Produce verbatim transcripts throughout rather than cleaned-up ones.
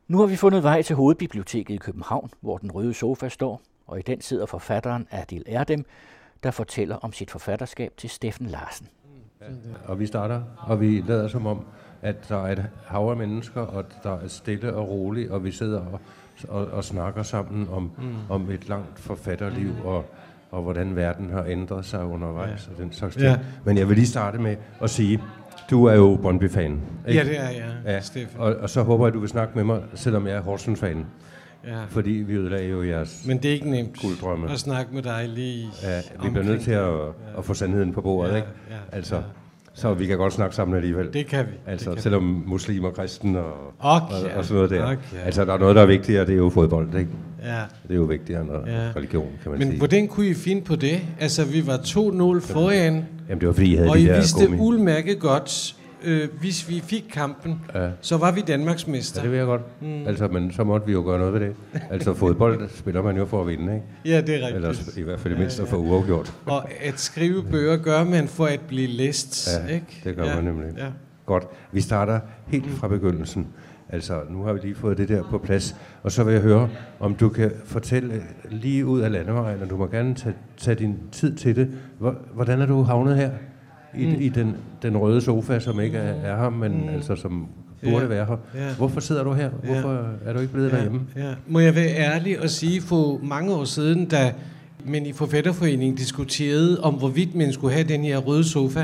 Nu har vi fundet vej til Hovedbiblioteket i København, hvor den røde sofa står, og i den sidder forfatteren Adil Erdem, der fortæller om sit forfatterskab til Steffen Larsen. Ja. Og vi starter, og vi lader som om, at der er et hav af mennesker, og der er stille og roligt, og vi sidder og, og, og snakker sammen om, mm. om et langt forfatterliv, mm. og, og hvordan verden har ændret sig undervejs, ja. og den slags ting. Ja. Men jeg vil lige starte med at sige, du er jo Brøndby-fan, ikke? Ja, det er jeg, ja. Steffen. Og, og så håber jeg, at du vil snakke med mig, selvom jeg er Horsens-fan. Ja. Fordi vi ødelagde jo jeres Men det er ikke nemt gulddrømme. at snakke med dig lige. Ja, vi bliver nødt til at, ja. at få sandheden på bordet, ja, ikke? Ja, altså, ja. Så vi kan godt snakke sammen alligevel. Det kan vi. Altså, kan selvom vi. muslimer, kristen og, okay. og, og sådan noget der. Okay. Altså, der er noget, der er vigtigere, det er jo fodbold, ikke? Ja. Det er jo vigtigere end ja. religion, kan man Men sige. Men hvordan kunne I finde på det? Altså, vi var to nul foran. Jamen, det var fordi, I havde og de I der vidste gummi. udmærket godt, øh, hvis vi fik kampen, ja. så var vi Danmarks mester. Ja, det vil jeg godt. Mm. Altså, men så måtte vi jo gøre noget ved det. Altså, fodbold spiller man jo for at vinde, ikke? Ja, det er rigtigt. Eller i hvert fald det mindste ja, ja. for uafgjort. Og at skrive bøger gør man for at blive læst, ja, ikke? det gør ja. man nemlig. Ja. Godt. Vi starter helt fra begyndelsen. Altså, nu har vi lige fået det der på plads, og så vil jeg høre, om du kan fortælle lige ud af landevejen, og du må gerne tage, tage din tid til det. Hvordan er du havnet her? I, mm. i den, den røde sofa, som ikke er, er her, men mm. altså som burde ja. være her. Ja. Hvorfor sidder du her? Hvorfor ja. er du ikke blevet ja. derhjemme? Ja. Må jeg være ærlig og sige, for mange år siden, da man i Forfatterforeningen diskuterede om, hvorvidt man skulle have den her røde sofa,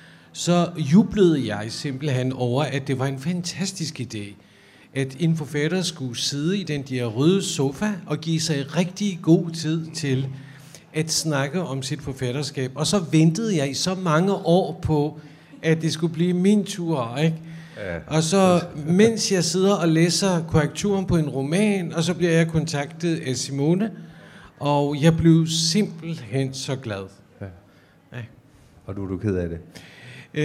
så jublede jeg simpelthen over, at det var en fantastisk idé, at en forfatter skulle sidde i den der røde sofa og give sig rigtig god tid til at snakke om sit forfatterskab. Og så ventede jeg i så mange år på, at det skulle blive min tur, ikke? Ja. Og så, mens jeg sidder og læser korrekturen på en roman, og så bliver jeg kontaktet af Simone, og jeg blev simpelthen så glad. Ja. Ja. Og nu er du ked af det? Øh,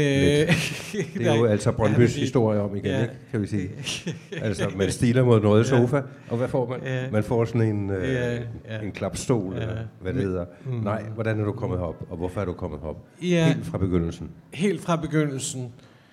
det er jo altså Brøndbys historie om igen, ja. ikke, kan vi sige. Altså, man stiler mod den røde sofa, og hvad får man? Ja. Man får sådan en, øh, ja, ja. en klapstol, ja. eller hvad det hedder. Mm. Nej, hvordan er du kommet herop, og hvorfor er du kommet herop? Ja. Helt fra begyndelsen. Helt fra begyndelsen.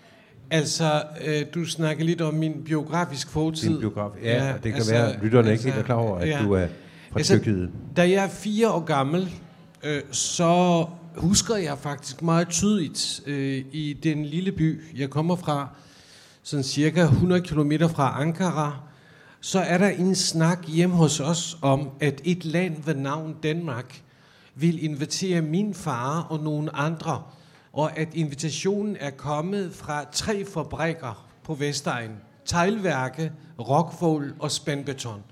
Altså, øh, du snakker lidt om min biografisk fortid. Din biograf, ja, ja det kan altså, være, at lytterne altså, ikke helt er klar over, at ja. du er fra altså, Tyrkiet. Da jeg er fire år gammel, øh, så husker jeg faktisk meget tydeligt øh, i den lille by, jeg kommer fra, sådan cirka hundrede kilometer fra Ankara, så er der en snak hjemme hos os om, at et land ved navn Danmark vil invitere min far og nogle andre, og at invitationen er kommet fra tre fabrikker på Vestegn: Teglværke, Rockwool og Spandbeton.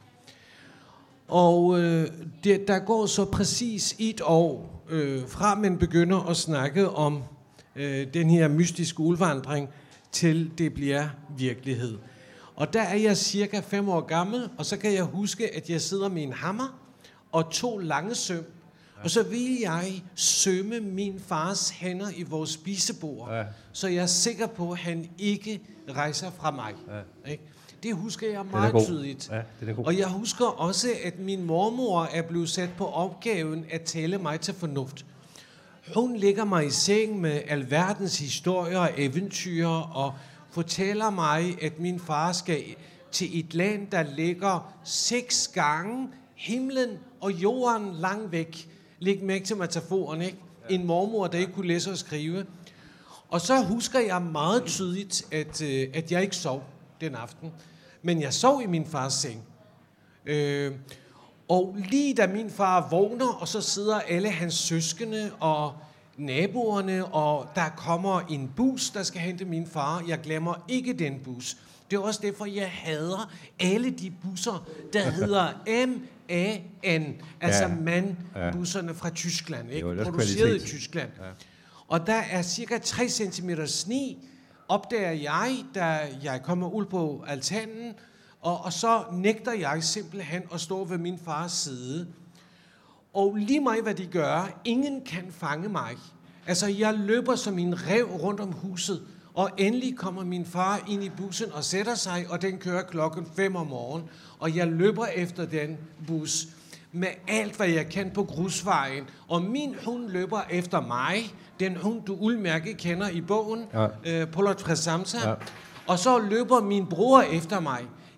Og øh, det, der går så præcis et år, øh, fra man begynder at snakke om øh, den her mystiske udvandring, til det bliver virkelighed. Og der er jeg cirka fem år gammel, og så kan jeg huske, at jeg sidder med en hammer og to lange søm, ja. og så vil jeg sømme min fars hænder i vores spisebord, ja. så jeg er sikker på, at han ikke rejser fra mig. Ja. Ikke? Det husker jeg meget tydeligt. Ja, og jeg husker også, at min mormor er blevet sat på opgaven at tale mig til fornuft. Hun lægger mig i seng med alverdens historier og eventyr og fortæller mig, at min far skal til et land, der ligger seks gange himlen og jorden langt væk. Læg mærke til metaforen, ikke? En mormor, der ikke kunne læse og skrive. Og så husker jeg meget tydeligt, at, at jeg ikke sov den aften. Men jeg sov i min fars seng. Øh, og lige da min far vågner, og så sidder alle hans søskende og naboerne, og der kommer en bus, der skal hente min far. Jeg glemmer ikke den bus. Det er også derfor, jeg hader alle de busser, der hedder M A N. Altså ja. mandbusserne fra Tyskland, ikke? Jo, produceret i Tyskland. Ja. Og der er cirka tre centimeter sne, opdager jeg, da jeg kommer ud på altanen, og, og så nægter jeg simpelthen at stå ved min fars side. Og lige meget hvad de gør, ingen kan fange mig. Altså, jeg løber som en ræv rundt om huset, og endelig kommer min far ind i bussen og sætter sig, og den kører klokken fem om morgenen, og jeg løber efter den bus med alt, hvad jeg kan på grusvejen, og min hund løber efter mig, den hund, du udmærket kender i bogen, ja. øh, Polar Tresamsa, ja. og så løber min bror efter mig.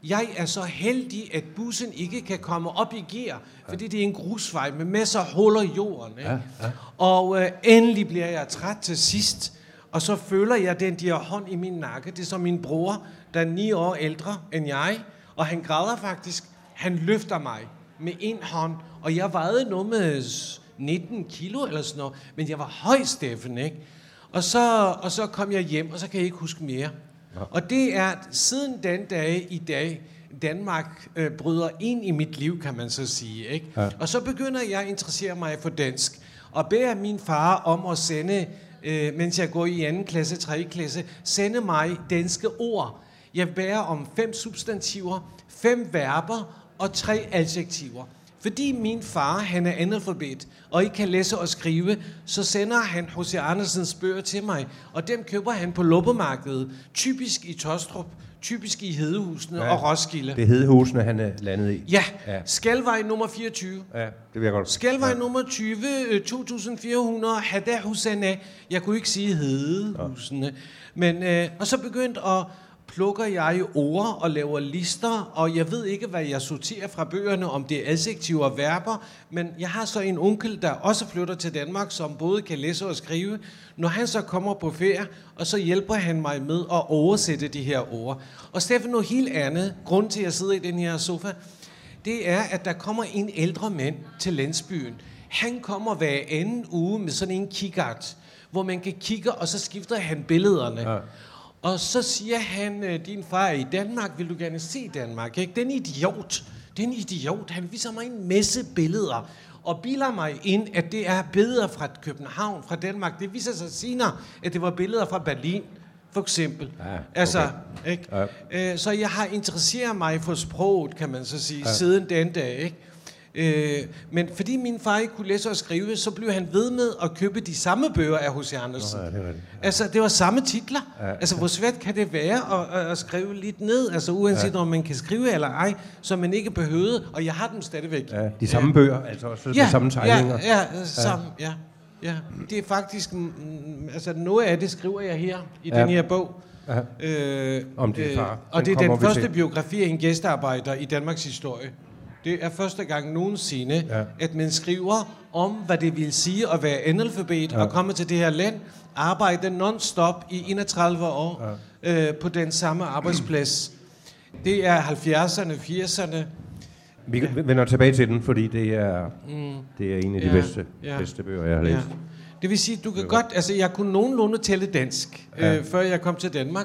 Jeg er så heldig, at bussen ikke kan komme op i gear, ja. fordi det er en grusvej med masser af huller i jorden. Ikke? Ja, ja. Og øh, endelig bliver jeg træt til sidst, og så føler jeg den der hånd i min nakke. Det er så min bror, der er ni år ældre end jeg, og han græder faktisk. Han løfter mig med en hånd, og jeg vejede noget med nitten kilo eller sådan noget, men jeg var høj, Steffen, ikke? Og så, og så kom jeg hjem, og så kan jeg ikke huske mere. Ja. Og det er siden den dag i dag, Danmark øh, bryder ind i mit liv, kan man så sige, ikke? Ja. Og så begynder jeg at interessere mig for dansk, og beder min far om at sende, øh, mens jeg går i anden klasse, tredje klasse, sende mig danske ord. Jeg beder om fem substantiver, fem verber og tre adjektiver. Fordi min far, han er analfabet, og ikke kan læse og skrive, så sender han H C Andersens bøger til mig, og dem køber han på loppemarkedet, typisk i Tostrup, typisk i Hedehusene ja, og Roskilde. Det er Hedehusene, han er landet i. Ja, ja. Skalvej nummer fireogtyve. Ja, det vil jeg godt. Skalvej ja. nummer tyve, to tusind fire hundrede, Hadda Husana. Jeg kunne ikke sige Hedehusene. Ja. Men, øh, og så begyndte at plukker jeg ord og laver lister, og jeg ved ikke, hvad jeg sorterer fra bøgerne, om det er adjektiver og verber, men jeg har så en onkel, der også flytter til Danmark, som både kan læse og skrive. Når han så kommer på ferie, og så hjælper han mig med at oversætte de her ord. Og Steffen, noget helt andet, grund til at jeg sidder i den her sofa, det er, at der kommer en ældre mand til landsbyen. Han kommer hver anden uge med sådan en kikkert, hvor man kan kigge, og så skifter han billederne. Ja. Og så siger han, din far er i Danmark, vil du gerne se Danmark? Ikke? Den idiot, den idiot, han viser mig en masse billeder, og bilder mig ind, at det er billeder fra København, fra Danmark. Det viser sig senere, at det var billeder fra Berlin, for eksempel. Ja, okay. Altså, ikke? Ja. Så jeg har interesseret mig for sproget, kan man så sige, ja. siden den dag, ikke? Øh, men fordi min far ikke kunne læse og skrive, så blev han ved med at købe de samme bøger af H C Andersen. Nå, ja, det var det. Ja. Altså, det var samme titler. Ja. Altså, hvor svært kan det være at, at skrive lidt ned? Altså, uanset ja. om man kan skrive eller ej, så man ikke behøvede, og jeg har dem stadigvæk. Ja, de samme ja. bøger, altså også ja, de samme tegninger. Ja, ja, samme, ja. ja. Det er faktisk, altså noget af det skriver jeg her i ja. den her bog. Ja. Øh, om din far. Øh, og det er den første til. biografi af en gæstearbejder i Danmarks historie. Det er første gang nogensinde, ja. at man skriver om, hvad det vil sige at være analfabet ja. og komme til det her land, arbejde non-stop i enogtredive år ja. øh, på den samme arbejdsplads. Det er halvfjerdserne, firserne. Vi vender tilbage til den, fordi det er, mm. det er en af de ja. bedste, ja. bedste bøger, jeg har læst. Ja. Det vil sige, du kan godt, altså jeg kunne nogenlunde tale dansk, ja. øh, før jeg kom til Danmark.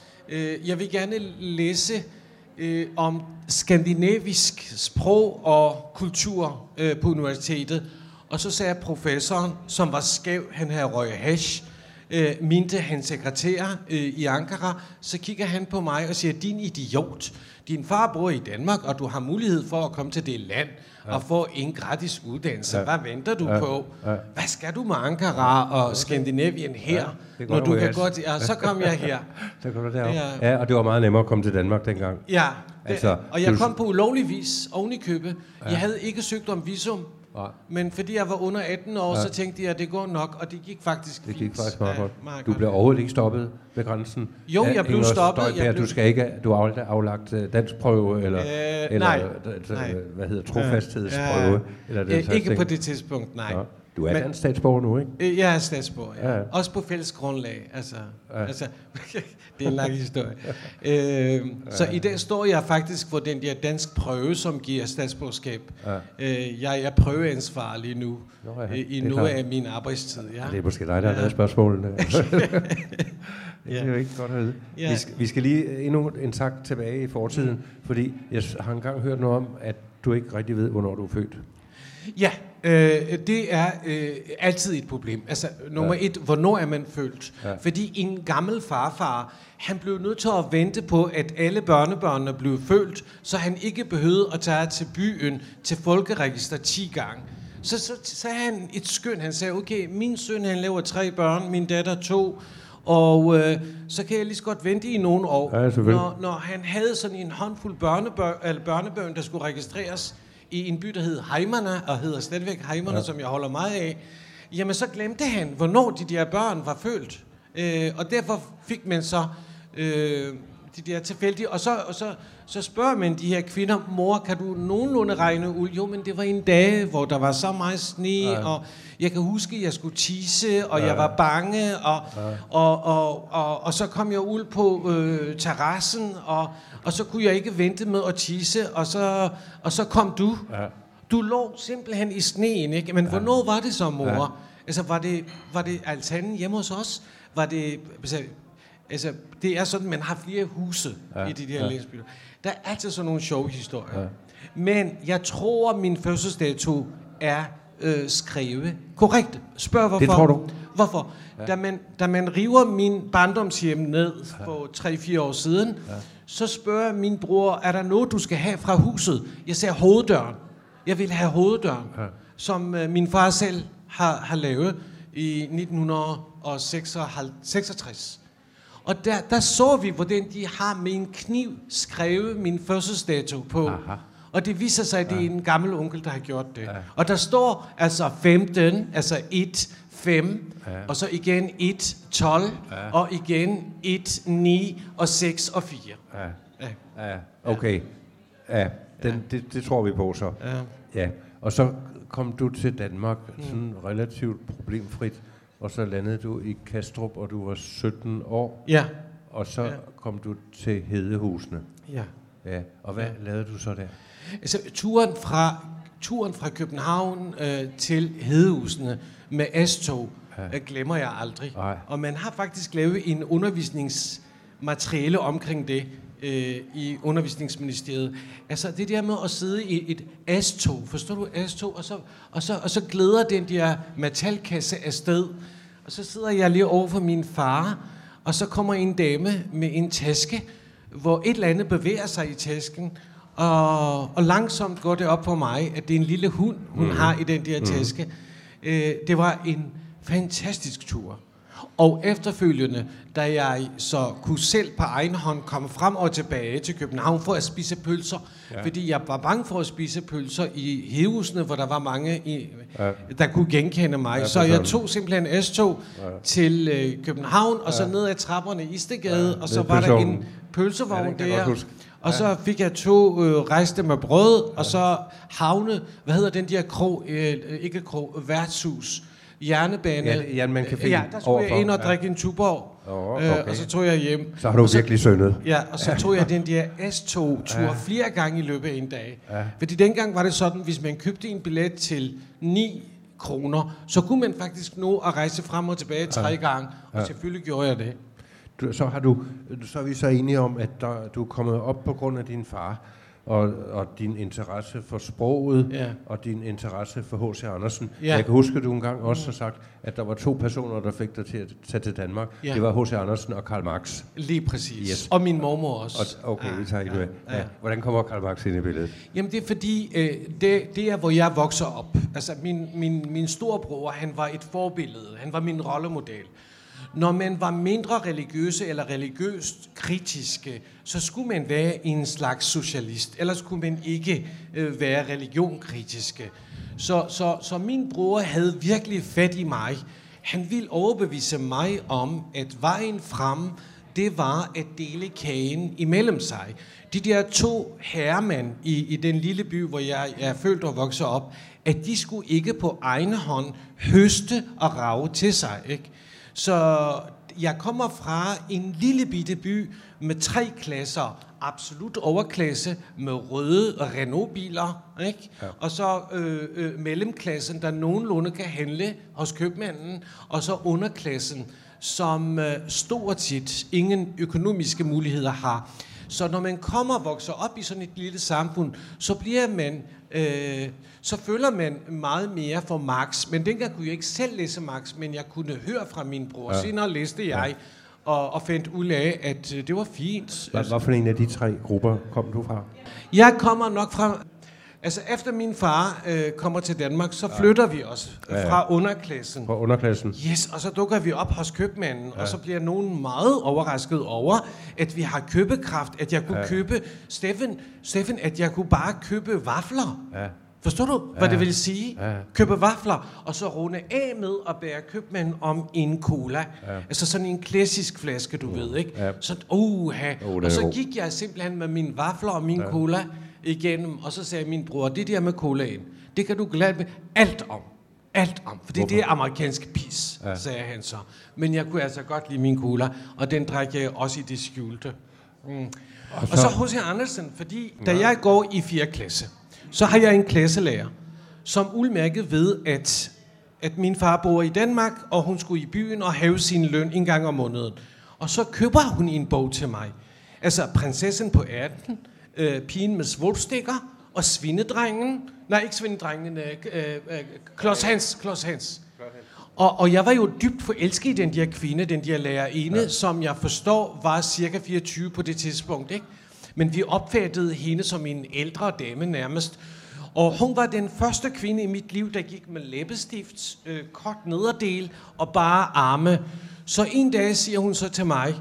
Øh, jeg vil gerne læse Øh, om skandinavisk sprog og kultur øh, på universitetet. Og så sagde professoren, som var skæv, han havde røget hash, øh, mente hans sekretær øh, i Ankara, så kigger han på mig og siger, din idiot, din far bor i Danmark, og du har mulighed for at komme til det land ja. og få en gratis uddannelse. Ja. Hvad venter du ja. på? Ja. Hvad skal du med Ankara og Skandinavien her, ja, når du kan gå til... Ja, så kom jeg her. Så kom du deroppe. Ja. ja, og det var meget nemmere at komme til Danmark dengang. Ja, det, altså, og jeg kom på ulovlig vis oven i købet. Ja. Jeg havde ikke søgt om visum. Ja. Men fordi jeg var under atten år, ja. så tænkte jeg, at det går nok, og det gik faktisk Det gik fint. faktisk meget godt. Ja, du blev overhovedet ikke stoppet ved grænsen? Jo, jeg blev stoppet. Jeg blev... Du skal ikke, du har aldrig aflagt danskprøve, eller, øh, eller nej, nej. hvad hedder trofasthedsprøve? Ja. Eller det, ikke ting. På det tidspunkt, nej. Ja. Du er Men, dansk statsborger nu, ikke? Jeg er statsborger, ja. ja. Også på fælles grundlag. Altså, ja. altså, det er en lang historie. øh, ja. Så i dag står jeg faktisk for den der dansk prøve, som giver statsborgerskab. Ja. Øh, jeg er prøveansvarlig nu, Nå, ja. i noget af min arbejdstid. Ja. Det er måske dig, der har lavet spørgsmålene. Det er jo ikke godt at vide. Ja. Vi, skal, vi skal lige endnu en tak tilbage i fortiden, mm. fordi jeg har engang hørt noget om, at du ikke rigtig ved, hvornår du er født. Ja, øh, det er øh, altid et problem. Altså, nummer ja. et, hvornår er man født? Ja. Fordi en gammel farfar, han blev nødt til at vente på, at alle børnebørnene blev født, så han ikke behøvede at tage til byen til folkeregister ti gange. Så, så sagde han et skøn. Han sagde, okay, min søn, han laver tre børn, min datter to, og øh, så kan jeg lige så godt vente i nogle år. Ja, når, når han havde sådan en håndfuld børnebørn, eller børnebørn, der skulle registreres i en by, der hed Heimerne, og hedder stadigvæk Heimerne, ja. som jeg holder meget af, jamen så glemte han, hvornår de der børn var født. Øh, og derfor fik man så øh, de der tilfældige. Og, så, og så, så spørger man de her kvinder, mor, kan du nogenlunde regne ud? Jo, men det var en dag, hvor der var så meget sne, ja. og jeg kan huske, at jeg skulle tisse, og ja. jeg var bange, og, ja. og, og, og, og så kom jeg ud på øh, terrassen, og, og så kunne jeg ikke vente med at tisse, og så, og så kom du. Ja. Du lå simpelthen i sneen, ikke? Men ja. hvornår var det så, mor? Ja. Altså, var det, var det altanen hjemme hos os? Var det... Altså, altså, det er sådan, man har flere huse ja. i de der ja. lænsbyer. Der er altid sådan nogle sjove historier. Ja. Men jeg tror, at min fødselsdato er øh, skrevet korrekt. Spørg hvorfor. Det tror du? Hvorfor? Ja. Da, man, da man river min barndomshjem ned ja. for tre fire år siden, ja. så spørger min bror, er der noget, du skal have fra huset? Jeg siger hoveddøren. Jeg vil have hoveddøren, ja. som øh, min far selv har, har lavet i nitten seksogtres. Og der, der så vi, hvordan de har med en kniv skrevet min fødselsdato på. Aha. Og det viser sig, at det er en gammel onkel, der har gjort det. Ja. Og der står altså femten, altså et, fem, ja. og så igen et, tolv, ja. og igen et, ni, og seks og fire. Ja, ja. ja. okay. Ja, den, ja. Det, det tror vi på så. Ja. Ja. Og så kom du til Danmark sådan mm. relativt problemfrit. Og så landede du i Kastrup, og du var sytten år. Ja. Og så ja. kom du til Hedehusene. Ja. Ja. Og hvad ja. lavede du så der? Altså, turen fra, turen fra København øh, til Hedehusene med S-tog, ja. øh, glemmer jeg aldrig. Ej. Og man har faktisk lavet en undervisningsmateriale omkring det øh, i Undervisningsministeriet. Altså, det der med at sidde i et S-tog, forstår du S-tog, og så, og, så, og så glæder den der metalkasse afsted. Og så sidder jeg lige over for min far, og så kommer en dame med en taske, hvor et eller andet bevæger sig i tasken, og, og langsomt går det op på mig, at det er en lille hund, hun mm. har i den der taske. Mm. Øh, det var en fantastisk tur. Og efterfølgende, da jeg så kunne selv på egen hånd komme frem og tilbage til København for at spise pølser, ja. fordi jeg var bange for at spise pølser i Hedehusene, hvor der var mange, i, ja. der kunne genkende mig. Ja, så jeg tog simpelthen S-tog ja. til øh, København, og ja. så ned ad trapperne i Istegade, ja. og så var der en pølsevogn ja, der. Og ja. så fik jeg to øh, rejste med brød, ja. og så havne, hvad hedder den der krog, øh, ikke krog, værtshus, jernebane. Ja, Jernbanen-café. Ja, der skulle jeg ind og drikke ja. en Tuborg, oh, okay. øh, og så tog jeg hjem. Så har du så, virkelig syndet. Ja, og så tog jeg den der S-tog-tur ja. flere gange i løbet af en dag. Ja. Fordi dengang var det sådan, hvis man købte en billet til ni kroner, så kunne man faktisk nå at rejse frem og tilbage tre ja. gange, og ja. selvfølgelig gjorde jeg det. Du, så, har du, så er vi så enige om, at der, du er kommet op på grund af din far, og, og din interesse for sproget, ja. og din interesse for H C Andersen. Ja. Jeg kan huske, at du engang også har sagt, at der var to personer, der fik dig til at tage til Danmark. Ja. Det var H C Andersen og Karl Marx. Lige præcis. Yes. Og min mormor også. Og, okay, ja. vi tager ja. med. Ja. Ja. Hvordan kommer Karl Marx ind i billedet? Jamen det er fordi, øh, det, det er, hvor jeg vokser op. Altså min, min, min storebror, han var et forbillede. Han var min rollemodel. Når man var mindre religiøse eller religiøst kritiske, så skulle man være en slags socialist. Ellers kunne man ikke øh, være religionkritiske. Så, så, så min bror havde virkelig fat i mig. Han ville overbevise mig om, at vejen frem, det var at dele kagen imellem sig. De der to herremænd i, i den lille by, hvor jeg er født og vokset op, at de skulle ikke på egen hånd høste og rage til sig, ikke? Så jeg kommer fra en lille bitte by med tre klasser. Absolut overklasse med røde Renault-biler, ikke? Ja. Og så øh, øh, mellemklassen, der nogenlunde kan handle hos købmanden. Og så underklassen, som øh, stort set ingen økonomiske muligheder har. Så når man kommer og vokser op i sådan et lille samfund, så bliver man... Øh, så føler man meget mere for Marx. Men dengang kunne jeg ikke selv læse Marx, men jeg kunne høre fra min bror. Ja. Senere læste jeg, ja. og, og fandt ud af, at øh, det var fint. Hvad, hvad for en af de tre grupper kom du fra? Jeg kommer nok fra... Altså, efter min far øh, kommer til Danmark, så flytter ja. vi os ja, ja. fra underklassen. Fra underklassen? Yes, og så dukker vi op hos købmanden, ja. og så bliver nogen meget overrasket over, at vi har købekraft, at jeg kunne ja. købe... Steffen, Steffen, at jeg kunne bare købe vafler. Ja. Forstår du, hvad ja. det vil sige? Ja. Købe vafler, og så runde af med at bære købmanden om en cola. Ja. Altså sådan en klassisk flaske, du mm. ved, ikke? Ja. Så, uha. Oh, og så gik jeg simpelthen med mine vafler og min ja. cola igennem, og så sagde min bror, det der med colaen, det kan du glade med alt om. Alt om, for det er amerikansk pis, ja. sagde han så. Men jeg kunne altså godt lide min cola, og den drak jeg også i det skjulte. Mm. Og så, og så H C Andersen, fordi da ja. jeg går i fjerde klasse, så har jeg en klasselærer, som udmærket ved, at, at min far bor i Danmark, og hun skulle i byen og have sin løn en gang om måneden. Og så køber hun en bog til mig. Altså Prinsessen på ærten, øh, Pigen med svulstikker og Svinedrengen. Nej, ikke Svinedrengen, øh, øh, Klods Hans. Klods Hans. Og, og jeg var jo dybt forelsket i den der kvinde, den der lærerinde, ja. som jeg forstår var cirka fireogtyve på det tidspunkt, ikke? Men vi opfattede hende som en ældre dame nærmest. Og hun var den første kvinde i mit liv, der gik med læbestift, øh, kort nederdel og bare arme. Så en dag siger hun så til mig,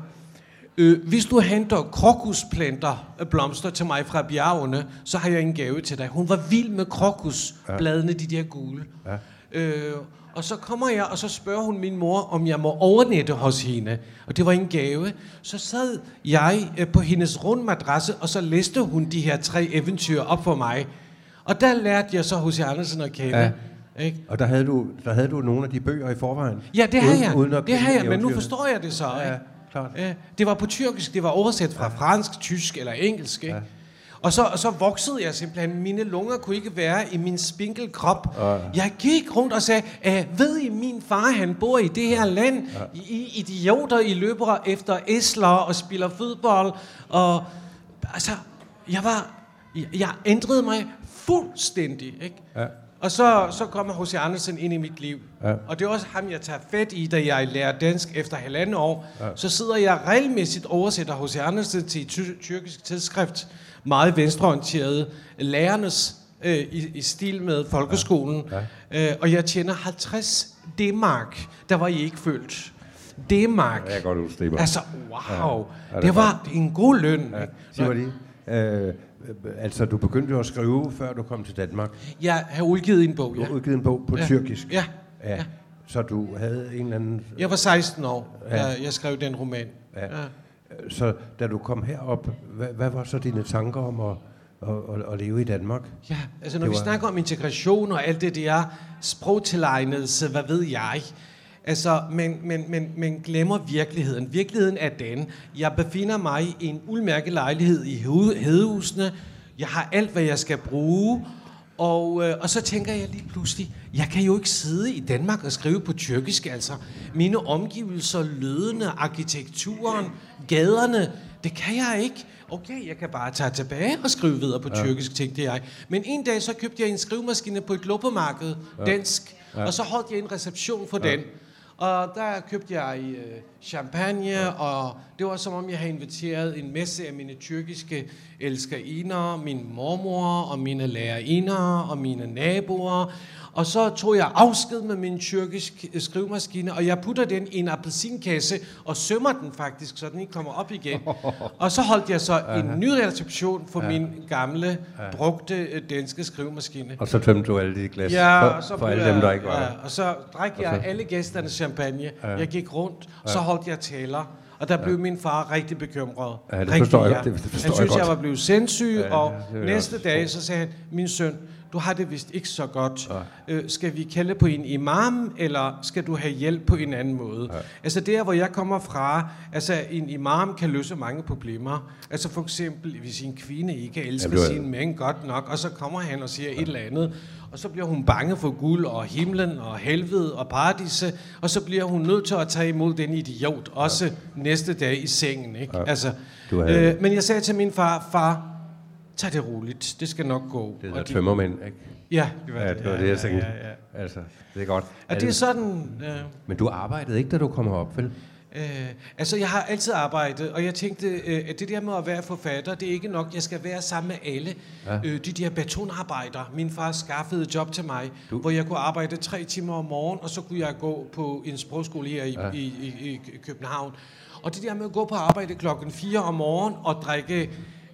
øh, hvis du henter krokusplanter, blomster til mig fra bjergene, så har jeg en gave til dig. Hun var vild med krokusbladene, de der gule. Ja. Øh, Og så kommer jeg, og så spørger hun min mor, om jeg må overnatte hos hende. Og det var en gave. Så sad jeg på hendes rundmadrasse, og så læste hun de her tre eventyr op for mig. Og der lærte jeg så H C Andersen at kende. Ja. Ikke? Og der havde, du, der havde du nogle af de bøger i forvejen? Ja, det har jeg. Uden det har jeg, men nu forstår jeg det så. Ja, ja, klart. Det var på tyrkisk, det var oversat fra fransk, tysk eller engelsk. Ikke? Ja. Og så, og så voksede jeg simpelthen. Mine lunger kunne ikke være i min spinkel krop. Ja. Jeg gik rundt og sagde, ved I, min far, han bor i det her land. Ja. I idioter, I løber efter æsler og spiller fodbold. Og altså, jeg var, jeg, jeg ændrede mig fuldstændig, ikke? Ja. Og så, så kommer H C Andersen ind i mit liv. Ja. Og det er også ham, jeg tager fat i, da jeg lærer dansk efter halvandet år. Ja. Så sidder jeg regelmæssigt oversætter H C Andersen til et ty- tyrkisk tidsskrift. Meget venstreorienteret. Lærernes øh, i, i stil med folkeskolen. Ja. Ja. Øh, og jeg tjener halvtreds D-mark. Der var I ikke følt. D-mark. Ja, jeg kan godt huske det. Altså, wow. Ja. Ja, det, det var det en god løn. Ja. Sig mig lige. Øh, altså, du begyndte jo at skrive, før du kom til Danmark. Jeg har udgivet en bog, ja. Du har udgivet en bog på ja. tyrkisk? Ja. ja. Ja. Så du havde en eller anden... Jeg var seksten år, ja. da jeg skrev den roman. Ja. Ja. Så da du kom herop, hvad, hvad var så dine tanker om at, at, at, at leve i Danmark? Ja, altså når det vi var... snakker om integration og alt det der, sprogtilegnelse, hvad ved jeg... Altså, men, men, men, men glemmer virkeligheden. Virkeligheden er den, jeg befinder mig i en udmærket lejlighed i Hedehusene. Jeg har alt, hvad jeg skal bruge. Og, øh, og så tænker jeg lige pludselig, jeg kan jo ikke sidde i Danmark og skrive på tyrkisk, altså. Mine omgivelser, lydene, arkitekturen, gaderne, det kan jeg ikke. Okay, jeg kan bare tage tilbage og skrive videre på ja. tyrkisk, tænkte jeg. Men en dag så købte jeg en skrivemaskine på et loppemarked, ja. dansk, ja. og så holdt jeg en reception for ja. den. Og der købte jeg øh, champagne, ja. og det var som om, jeg havde inviteret en masse af mine tyrkiske elskeriner, min mormor og mine lærerinder og mine naboer. Og så tog jeg afsked med min tyrkisk skrivemaskine, og jeg putter den i en appelsinkasse og sømmer den faktisk, så den ikke kommer op igen. Og så holdt jeg så en ny reception for ja. min gamle, ja. brugte danske skrivemaskine. Og så tømte du alle de glas ja, for, og så for alle dem, der ikke var ja, og så drak jeg så... alle gæsternes champagne. Ja. Jeg gik rundt, ja. så holdt jeg taler. Og der blev ja. min far rigtig bekymret. Ja, det forstår jeg. Det forstår han synes, jeg, jeg, jeg var blevet sindssyg, ja, og næste også. dag så sagde han, min søn, du har det vist ikke så godt. Ja. Øh, skal vi kalde på en imam, eller skal du have hjælp på en anden måde? Ja. Altså der, hvor jeg kommer fra, altså en imam kan løse mange problemer. Altså for eksempel, hvis en kvinde ikke elsker ja, sin mand godt nok, og så kommer han og siger ja. et eller andet, og så bliver hun bange for guld og himlen og helvede og paradise, og så bliver hun nødt til at tage imod den idiot, også ja. næste dag i sengen. Ikke? Ja. Altså, havde... øh, men jeg sagde til min far, far, tag det roligt, det skal nok gå. Det er de... tømmermænd, ikke? Ja, det var ja, det, det, var ja, det jeg tænkte. Ja, ja, ja. Altså, det er godt. Og det er sådan... Ja. Men du arbejdede ikke, da du kom herop, vel? Øh, altså, jeg har altid arbejdet, og jeg tænkte, øh, at det der med at være forfatter, det er ikke nok. Jeg skal være sammen med alle ja. øh, de der betonarbejdere. Min far skaffede et job til mig, du? hvor jeg kunne arbejde tre timer om morgenen, og så kunne jeg gå på en sprogskole her i, ja. i, i, i København. Og det der med at gå på arbejde klokken fire om morgenen og drikke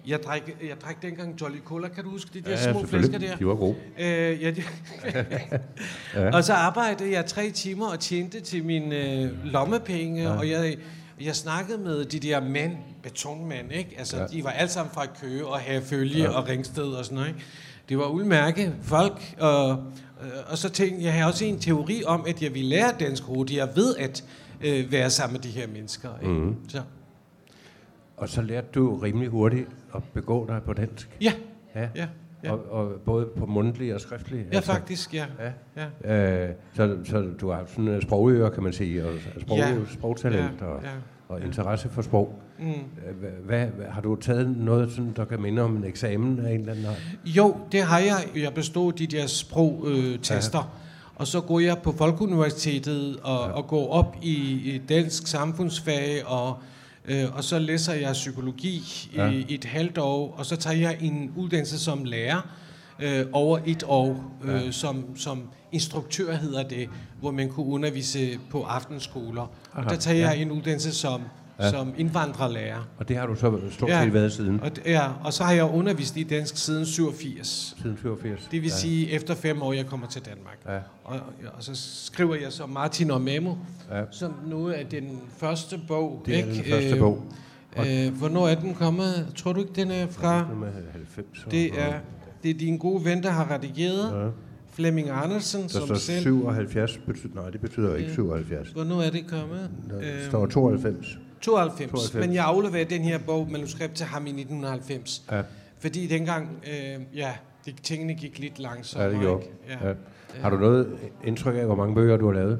Jeg drak, jeg drak dengang Jolly Cola, kan du huske de der ja, små flasker der? De var gode. Øh, ja, de, ja. Og så arbejdede jeg tre timer og tjente til mine øh, lommepenge, ja. og jeg, jeg snakkede med de der mænd, betonmænd, ikke? Altså, ja. de var alle sammen fra Køge og Herfølge ja. og Ringsted og sådan noget, ikke? Det var udmærket folk, og, og så tænkte jeg, jeg har også en teori om, at jeg ville lære dansk hurtigere ved at øh, være sammen med de her mennesker, ikke? Mm. Så. Og så lærte du rimelig hurtigt at begå dig på dansk? Ja. Ja. ja. Ja. Og, og både på mundtlig og skriftlig? Ja, altså. faktisk, ja. ja. ja. Øh, så, så du har sådan en sprogører, kan man sige, og sprog, ja. sprogtalent ja. Og, ja. og interesse for sprog. Mm. Hvad, hvad, har du taget noget, sådan, der kan minde om en eksamen af en eller anden art? Jo, det har jeg. Jeg bestod de der sprogtester. Øh, og så går jeg på Folkeuniversitetet og, ja. og går op i, i dansk samfundsfag og Øh, og så læser jeg psykologi ja. i, i et halvt år, og så tager jeg en uddannelse som lærer øh, over et år, øh, ja. som, som instruktør hedder det, hvor man kunne undervise på aftenskoler. Aha. Og der tager jeg ja. en uddannelse som, ja. som indvandrerlærer. Og det har du så stort set ja. været siden? Og, ja, og så har jeg undervist i dansk siden syvogfirs. Siden syvogfirs? Det vil ja. sige, efter fem år, jeg kommer til Danmark. Ja. Og, og så skriver jeg så Martin og Memo, ja. som nu er den første bog. Det er ikke? den første bog. Øh, hvornår er den kommet? Tror du ikke, den er fra? halvfems. Det er, det er din gode ven, der har redigeret. Ja. Flemming Andersen, der som står selv... syvoghalvfjerds, betyder, nej, det betyder ikke syvoghalvfjerds. Hvornår er det kommet? Der øhm, står tooghalvfems. tooghalvfems. tooghalvfems. Men jeg afleverede den her bog, manuskript til ham i nitten halvfems. Ja. Fordi dengang, øh, ja, de, tingene gik lidt langsomt. Ja, det gjorde. Ja. Ja. Har du noget indtryk af, hvor mange bøger du har lavet?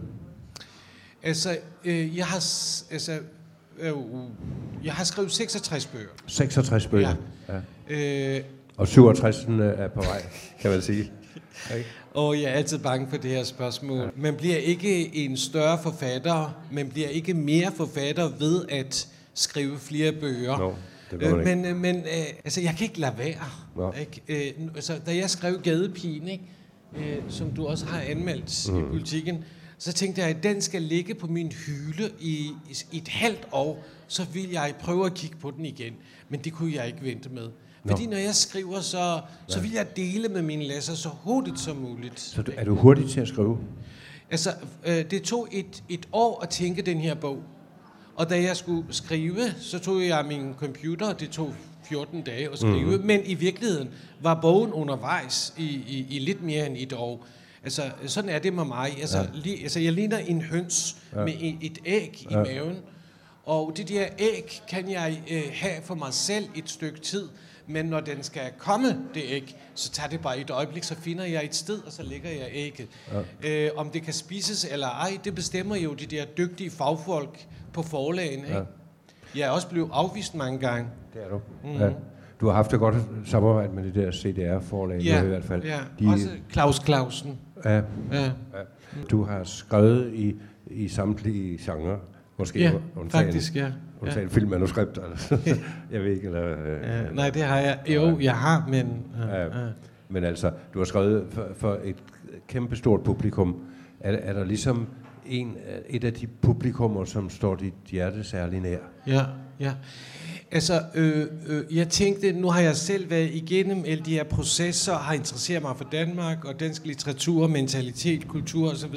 Altså, øh, jeg har... Altså, øh, jeg har skrevet seksogtres bøger. seksogtres bøger? Ja. ja. Øh, og syvogtres er på vej, kan man sige. Okay. Og jeg er altid bange for det her spørgsmål. Ja. Man bliver ikke en større forfatter, man bliver ikke mere forfatter ved at skrive flere bøger. No, det øh, men ikke. men øh, altså, jeg kan ikke lade være. No. Ikke? Øh, altså, da jeg skrev Gadepigen, ikke? Øh, som du også har anmeldt mm. i Politikken, så tænkte jeg, at den skal ligge på min hylde i, i et halvt år, så vil jeg prøve at kigge på den igen. Men det kunne jeg ikke vente med. Fordi når jeg skriver, så, så vil jeg dele med mine læsere så hurtigt som muligt. Så du, er du hurtig til at skrive? Altså, øh, det tog et, et år at tænke den her bog. Og da jeg skulle skrive, så tog jeg min computer, og det tog fjorten dage at skrive. Mm-hmm. Men i virkeligheden var bogen undervejs i, i, i lidt mere end et år. Altså, sådan er det med mig. Altså, ja. li, altså jeg ligner en høns ja. med et, et æg ja. i maven. Og det der æg kan jeg øh, have for mig selv et stykke tid. Men når den skal komme, det æg, så tager det bare et øjeblik, så finder jeg et sted, og så lægger jeg ægget. Ja. Øh, om det kan spises eller ej, det bestemmer jo de der dygtige fagfolk på forlagen. Ikke? Ja. Jeg er også blevet afvist mange gange. Det er du. Mm-hmm. Ja. Du har haft et godt samarbejde med det der C D R-forlag ja. i hvert fald. Ja, de, også Claus Clausen. Ja. Ja. ja. Du har skrevet i, i samtlige genrer. Måske ja, faktisk, ja. Undtagen ja. filmmanuskript, altså. Jeg ved ikke, eller... Øh, ja, nej, det har jeg. Jo, jeg har, men... Ja, ja. Men altså, du har skrevet for, for et kæmpestort publikum. Er, er der ligesom en, et af de publikummer, som står dit hjerte særlig nær? Ja, ja. Altså, øh, øh, jeg tænkte, nu har jeg selv været igennem alle de her processer, har interesseret mig for Danmark og dansk litteratur, mentalitet, kultur osv.,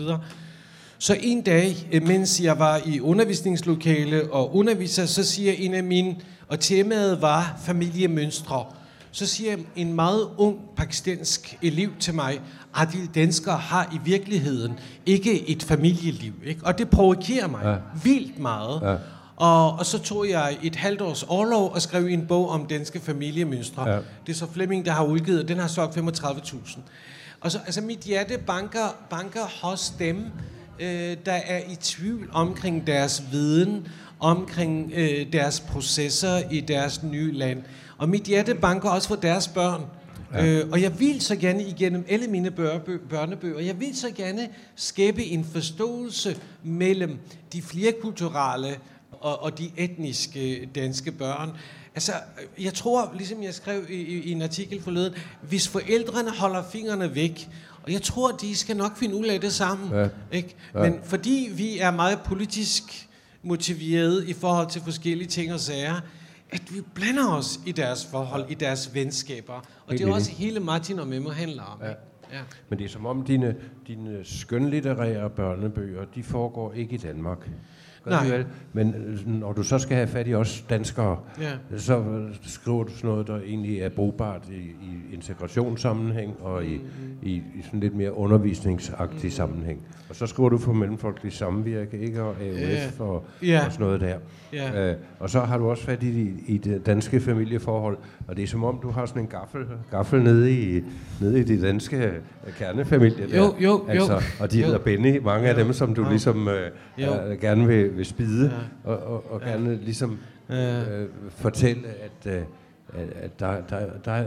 så en dag, mens jeg var i undervisningslokale og underviser, så siger en af mine, og temaet var familiemønstre, så siger en meget ung pakistansk elev til mig, Adil, danskere har i virkeligheden ikke et familieliv. Ikke? Og det provokerer mig ja. vildt meget. Ja. Og, og så tog jeg et halvt års orlov og skrev en bog om danske familiemønstre. Ja. Det er så Flemming, der har udgivet, og den har solgt femogtredive tusind. Og så, altså mit hjerte banker, banker hos dem, Øh, der er i tvivl omkring deres viden, omkring øh, deres processer i deres nye land. Og mit hjerte banker også for deres børn. Ja. Øh, og jeg vil så gerne igennem alle mine bør- børnebøger, jeg vil så gerne skabe en forståelse mellem de flerkulturelle og, og de etniske danske børn. Altså, jeg tror, ligesom jeg skrev i, i, i en artikel forleden, hvis forældrene holder fingrene væk, og jeg tror, de skal nok finde ud af det sammen. Ja. Ikke? Men ja. fordi vi er meget politisk motiveret i forhold til forskellige ting og sager, at vi blander os i deres forhold, i deres venskaber. Og Helt det er også enig. hele Martin og Memo handler om. Ja. Ikke? Ja. Men det er som om dine, dine skønlitterære børnebøger, de foregår ikke i Danmark. Gør Nej. de vel? Men øh, når du så skal have fat i os danskere, Ja. så øh, skriver du sådan noget, der egentlig er brugbart i, i integrationssammenhæng og i, i, i sådan lidt mere undervisningsagtig sammenhæng. Og så skriver du for Mellemfolkelig Samvirke, ikke? Og A U F og, Ja. og sådan noget der. Ja. Øh, og så har du også fat i, i det danske familieforhold, og det er som om, du har sådan en gaffel, gaffel nede i, nede i de danske kernefamilie der. Jo, jo, altså, jo. Og de Jo. hedder Benny, mange af Jo. dem, som du Jo. ligesom øh, Jo. øh, gerne vil, vil spide, Ja. og, og, og gerne ligesom Ja. øh, fortælle, at, øh, at, at der, der, der er...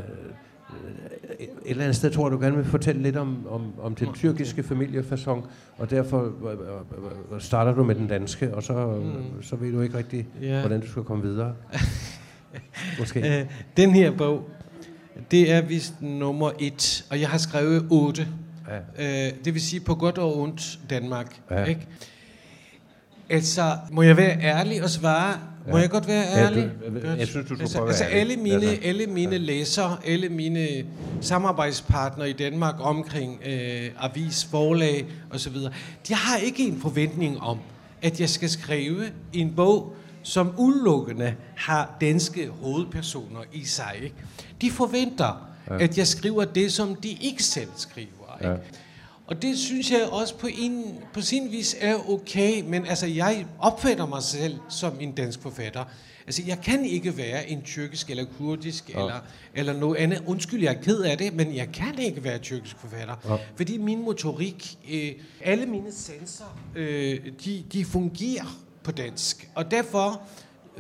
Et eller andet sted tror jeg, du gerne vil fortælle lidt om, om, om den tyrkiske familiefacon, og derfor øh, øh, starter du med den danske, og så, mm. så ved du ikke rigtig, Ja. hvordan du skal komme videre. Måske. Øh, den her bog, det er vist nummer et, og jeg har skrevet otte. Ja. Øh, det vil sige på godt og ondt Danmark. Ja. Ikke? Altså, må jeg være ærlig og svare? Ja. Må jeg godt være Ja, ærlig? du- Godt. jeg synes, du skulle altså, prøve at altså være alle ærlig. mine, Altså, alle mine ja. læsere, alle mine samarbejdspartnere i Danmark omkring øh, avis, forlag osv., de har ikke en forventning om, at jeg skal skrive en bog, som udelukkende har danske hovedpersoner i sig. Ikke? De forventer, ja. at jeg skriver det, som de ikke selv skriver. Ikke? Ja. Og det synes jeg også på, en, på sin vis er okay, men altså, jeg opfatter mig selv som en dansk forfatter. Altså, jeg kan ikke være en tyrkisk eller kurdisk Ja. eller, eller noget andet. Undskyld, jeg er ked af det, men jeg kan ikke være tyrkisk forfatter. Ja. Fordi min motorik, øh, alle mine sanser, øh, de, de fungerer på dansk. Og derfor øh,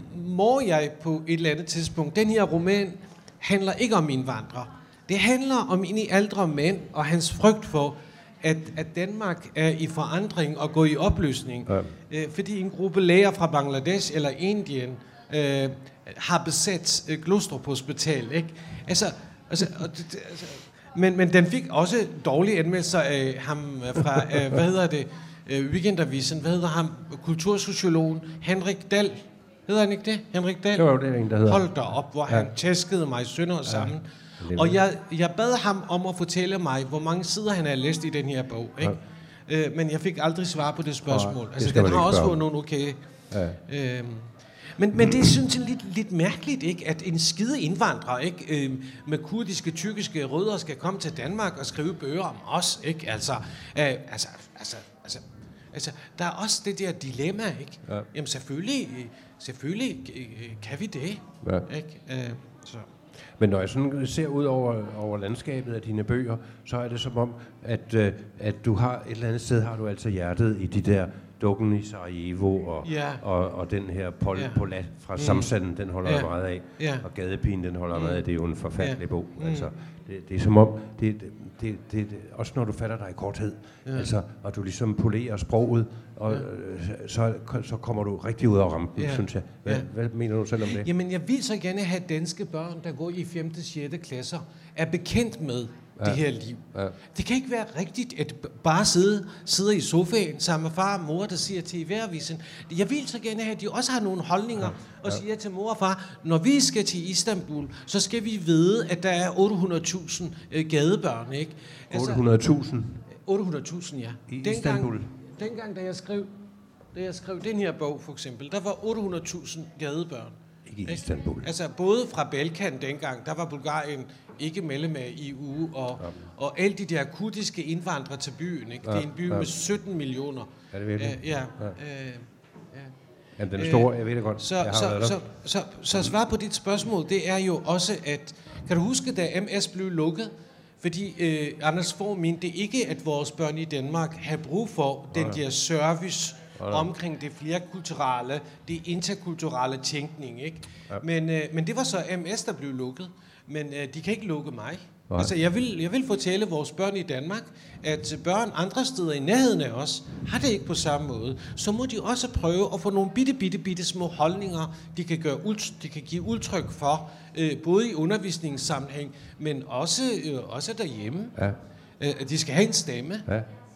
må jeg på et eller andet tidspunkt, den her roman handler ikke om indvandrere. Det handler om en ældre mand og hans frygt for, at, at Danmark er i forandring og går i opløsning. Ja. Øh, fordi en gruppe læger fra Bangladesh eller Indien øh, har besat øh, Glostrup Hospital. Ikke? Altså, altså, og det, det, altså, men, men den fik også dårlige anmeldelser af ham fra, øh, hvad hedder det, øh, Weekendavisen, hvad hedder ham, kultursociologen Henrik Dahl. Hedder han ikke det? Henrik Dahl? Jo, det er en, der hedder. Hold da op, hvor ja. han tæskede mig sønder og sammen. Ja. Og jeg, jeg bad ham om at fortælle mig, hvor mange sider han har læst i den her bog. Ikke? Ja. Øh, men jeg fik aldrig svar på det spørgsmål. Ja, altså, den har også fået nogle okay. Ja. Øhm, men, men det synes jeg lidt, lidt mærkeligt, ikke? At en skide indvandrer ikke? Øh, med kurdiske, tyrkiske rødder skal komme til Danmark og skrive bøger om os. Ikke? Altså, øh, altså, altså, altså, altså, der er også det der dilemma. Ikke? Ja. Jamen selvfølgelig, selvfølgelig øh, kan vi det. Ja. Ikke? Øh, så. Men når jeg sådan ser ud over, over landskabet af dine bøger, så er det som om, at, øh, at du har et eller andet sted, har du altså hjertet i de der Dukken i Sarajevo, og, Ja. og, og den her Pol, Ja. Polat fra Mm. Samsanden, den holder Ja. jeg meget af, Ja. og Gadepigen, den holder jeg Mm. meget af, det er jo en forfærdelig Ja. bog. Mm. Altså, det, det er som om, det, det, det, det, også når du fatter dig i korthed, Ja. altså, og du ligesom polerer sproget, og Ja. øh, så, så kommer du rigtig ud af rampen, Ja. synes jeg. Hvad, Ja. hvad mener du selv om det? Jamen, jeg vil så gerne have danske børn, der går i femte og sjette klasser, er bekendt med ja. det her liv. Ja. Det kan ikke være rigtigt, at bare sidde, sidde i sofaen sammen med far og mor, der siger til T V-avisen. Jeg vil så gerne have, at de også har nogle holdninger, ja. og siger til mor og far, når vi skal til Istanbul, så skal vi vide, at der er otte hundrede tusind øh, gadebørn, ikke? otte hundrede tusind otte hundrede tusind, ja. i dengang, Istanbul? Dengang, da jeg skrev, da jeg skrev den her bog, for eksempel, der var otte hundrede tusind gadebørn. Ikke i Istanbul. Altså både fra Balkan dengang, der var Bulgarien ikke medlem af E U, og, ja. og alle de der kurdiske indvandrere til byen. Ikke? Ja, det er en by ja. med sytten millioner. Er det virkelig? Uh, ja. ja. Uh, ja. Jamen, den er stor, jeg ved det godt. Så, jeg har så, været så, så, så, så svar på dit spørgsmål, det er jo også, at kan du huske, da M S blev lukket? Fordi øh, Anders Fogh mente ikke, at vores børn i Danmark har brug for den der service omkring det flerkulturelle, det interkulturelle tænkning, ikke? Ja. Men, øh, men det var så M S, der blev lukket. Men øh, de kan ikke lukke mig. Nej. Altså, jeg vil, jeg vil fortælle vores børn i Danmark, at børn andre steder i nærheden af os, har det ikke på samme måde. Så må de også prøve at få nogle bitte, bitte, bitte små holdninger, de kan, gøre, de kan give udtryk for, øh, både i undervisningssammenhæng, men også, øh, også derhjemme. Ja. Øh, de skal have en stemme. Ja.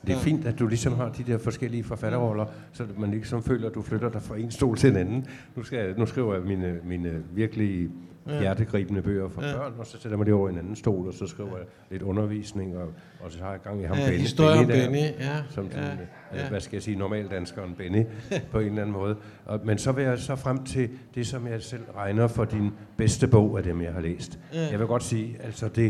Det er fint, at du ligesom har de der forskellige forfatterroller, så man ligesom føler, at du flytter dig fra en stol til en anden. Nu, skal jeg, nu skriver jeg mine, mine virkelig ja. hjertegribende bøger for ja. børn, og så sætter jeg mig det over i en anden stol, og så skriver jeg lidt undervisning, og, og så har jeg gang i ham ja, Benny. Historie om Benny, Benny, ja. Som ja. Den, ja. hvad skal jeg sige, normaldanskeren Benny, på en eller anden måde. Og, men så vil jeg så frem til det, som jeg selv regner for din bedste bog af dem, jeg har læst. Ja. Jeg vil godt sige, altså det...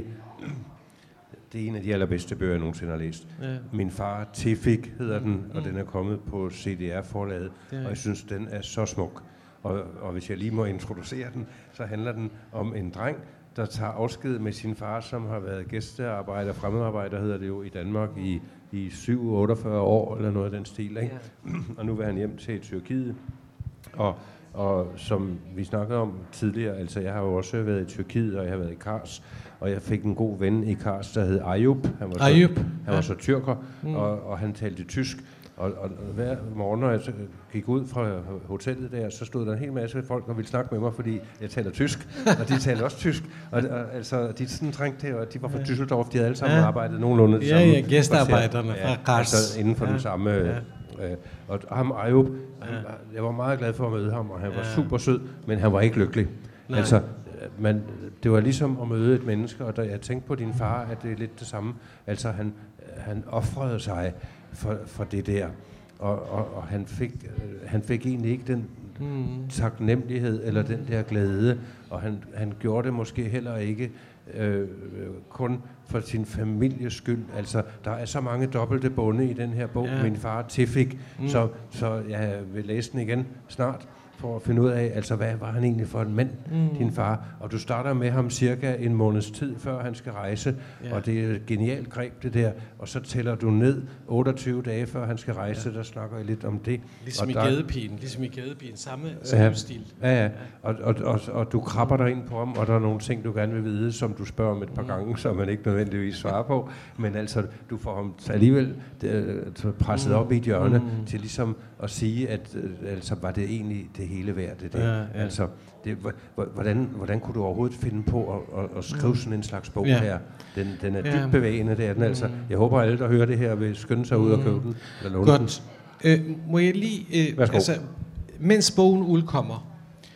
Det er en af de allerbedste bøger, jeg nogensinde har læst. Ja. Min far, Tefik, hedder den, og mm. den er kommet på C D R-forlaget, ja. og jeg synes, den er så smuk. Og, og hvis jeg lige må introducere den, så handler den om en dreng, der tager afsked med sin far, som har været gæstearbejder, fremmedarbejder hedder det jo, i Danmark i, i syv otteogfyrre år, eller noget af den stil. Ikke? Ja. Og nu vil han hjem til Tyrkiet. Og, og som vi snakkede om tidligere, altså jeg har jo også været i Tyrkiet, og jeg har været i Kars, og jeg fik en god ven i Kars, der hed Ayub. Han var så, Ayub. Han var ja. så tyrker, mm. og, og han talte tysk. Og, og hver morgen, når jeg gik ud fra hotellet der, så stod der en hel masse folk, der ville snakke med mig, fordi jeg taler tysk, og de talte også tysk. Og, og altså, de sådan trængte til, og de var fra Düsseldorf, de havde alle sammen ja. arbejdet nogenlunde det ja, samme. Ja, gæstearbejderne fra ja, Kars. Altså inden for ja. den samme... Ja. Øh, og ham, Ayub, ja. han, jeg var meget glad for at møde ham, og han var ja. super sød, men han var ikke lykkelig. Nej. Altså, man, det var ligesom at møde et menneske, og da jeg tænkte på din far, at det er lidt det samme. Altså, han, han ofrede sig for, for det der. Og, og, og han, fik, han fik egentlig ikke den mm. taknemmelighed eller den der glæde, og han, han gjorde det måske heller ikke øh, kun for sin families skyld. Altså, der er så mange dobbelte bunde i den her bog, ja. Min far Tefik, mm. så, så jeg vil læse den igen snart, for at finde ud af, altså hvad var han egentlig for en mand, mm. din far. Og du starter med ham cirka en måneds tid, før han skal rejse, ja. Og det er et genialt greb, det der. Og så tæller du ned otteogtyve dage, før han skal rejse, ja. Der snakker jeg lidt om det. Ligesom og i der, Gadepigen, ligesom i Gadepigen, samme, samme ja, stil. Ja, ja. Og, og, og, og du krabber dig ind på ham, og der er nogle ting, du gerne vil vide, som du spørger om et par mm. gange, som man ikke nødvendigvis svarer på. Men altså, du får ham alligevel det, presset mm. op i et hjørne, mm. til ligesom at sige, at altså, var det egentlig det hele værd, det der. Ja, ja. Altså, det, hvordan, hvordan kunne du overhovedet finde på at, at, at skrive sådan en slags bog ja. Her? Den, den er dybt ja. Bevægende, det er den altså. Jeg håber, at alle, der hører det her, vil skynde sig ud og købe den. Eller godt. Øh, må jeg lige... Øh, altså, mens bogen udkommer,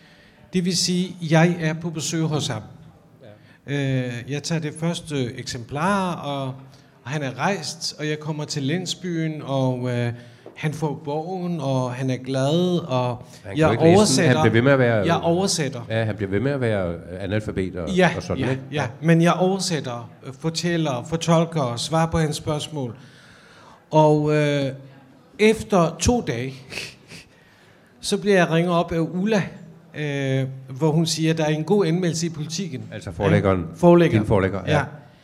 det vil sige, jeg er på besøg hos ham. Ja. Øh, jeg tager det første eksemplar, og, og han er rejst, og jeg kommer til landsbyen, og... Øh, han får bogen, og han er glad, og jeg oversætter. Han bliver ved med at være, jeg oversætter. Ja, han bliver ved med at være analfabet og, ja, og sådan, ja, ikke? Ja, men jeg oversætter, fortæller, fortolker, svarer på hans spørgsmål. Og øh, efter to dage, så bliver jeg ringet op af Ulla, øh, hvor hun siger, at der er en god anmeldelse i Politiken. Altså forlæggeren? Ja, forlægger. Din forlægger, ja. ja.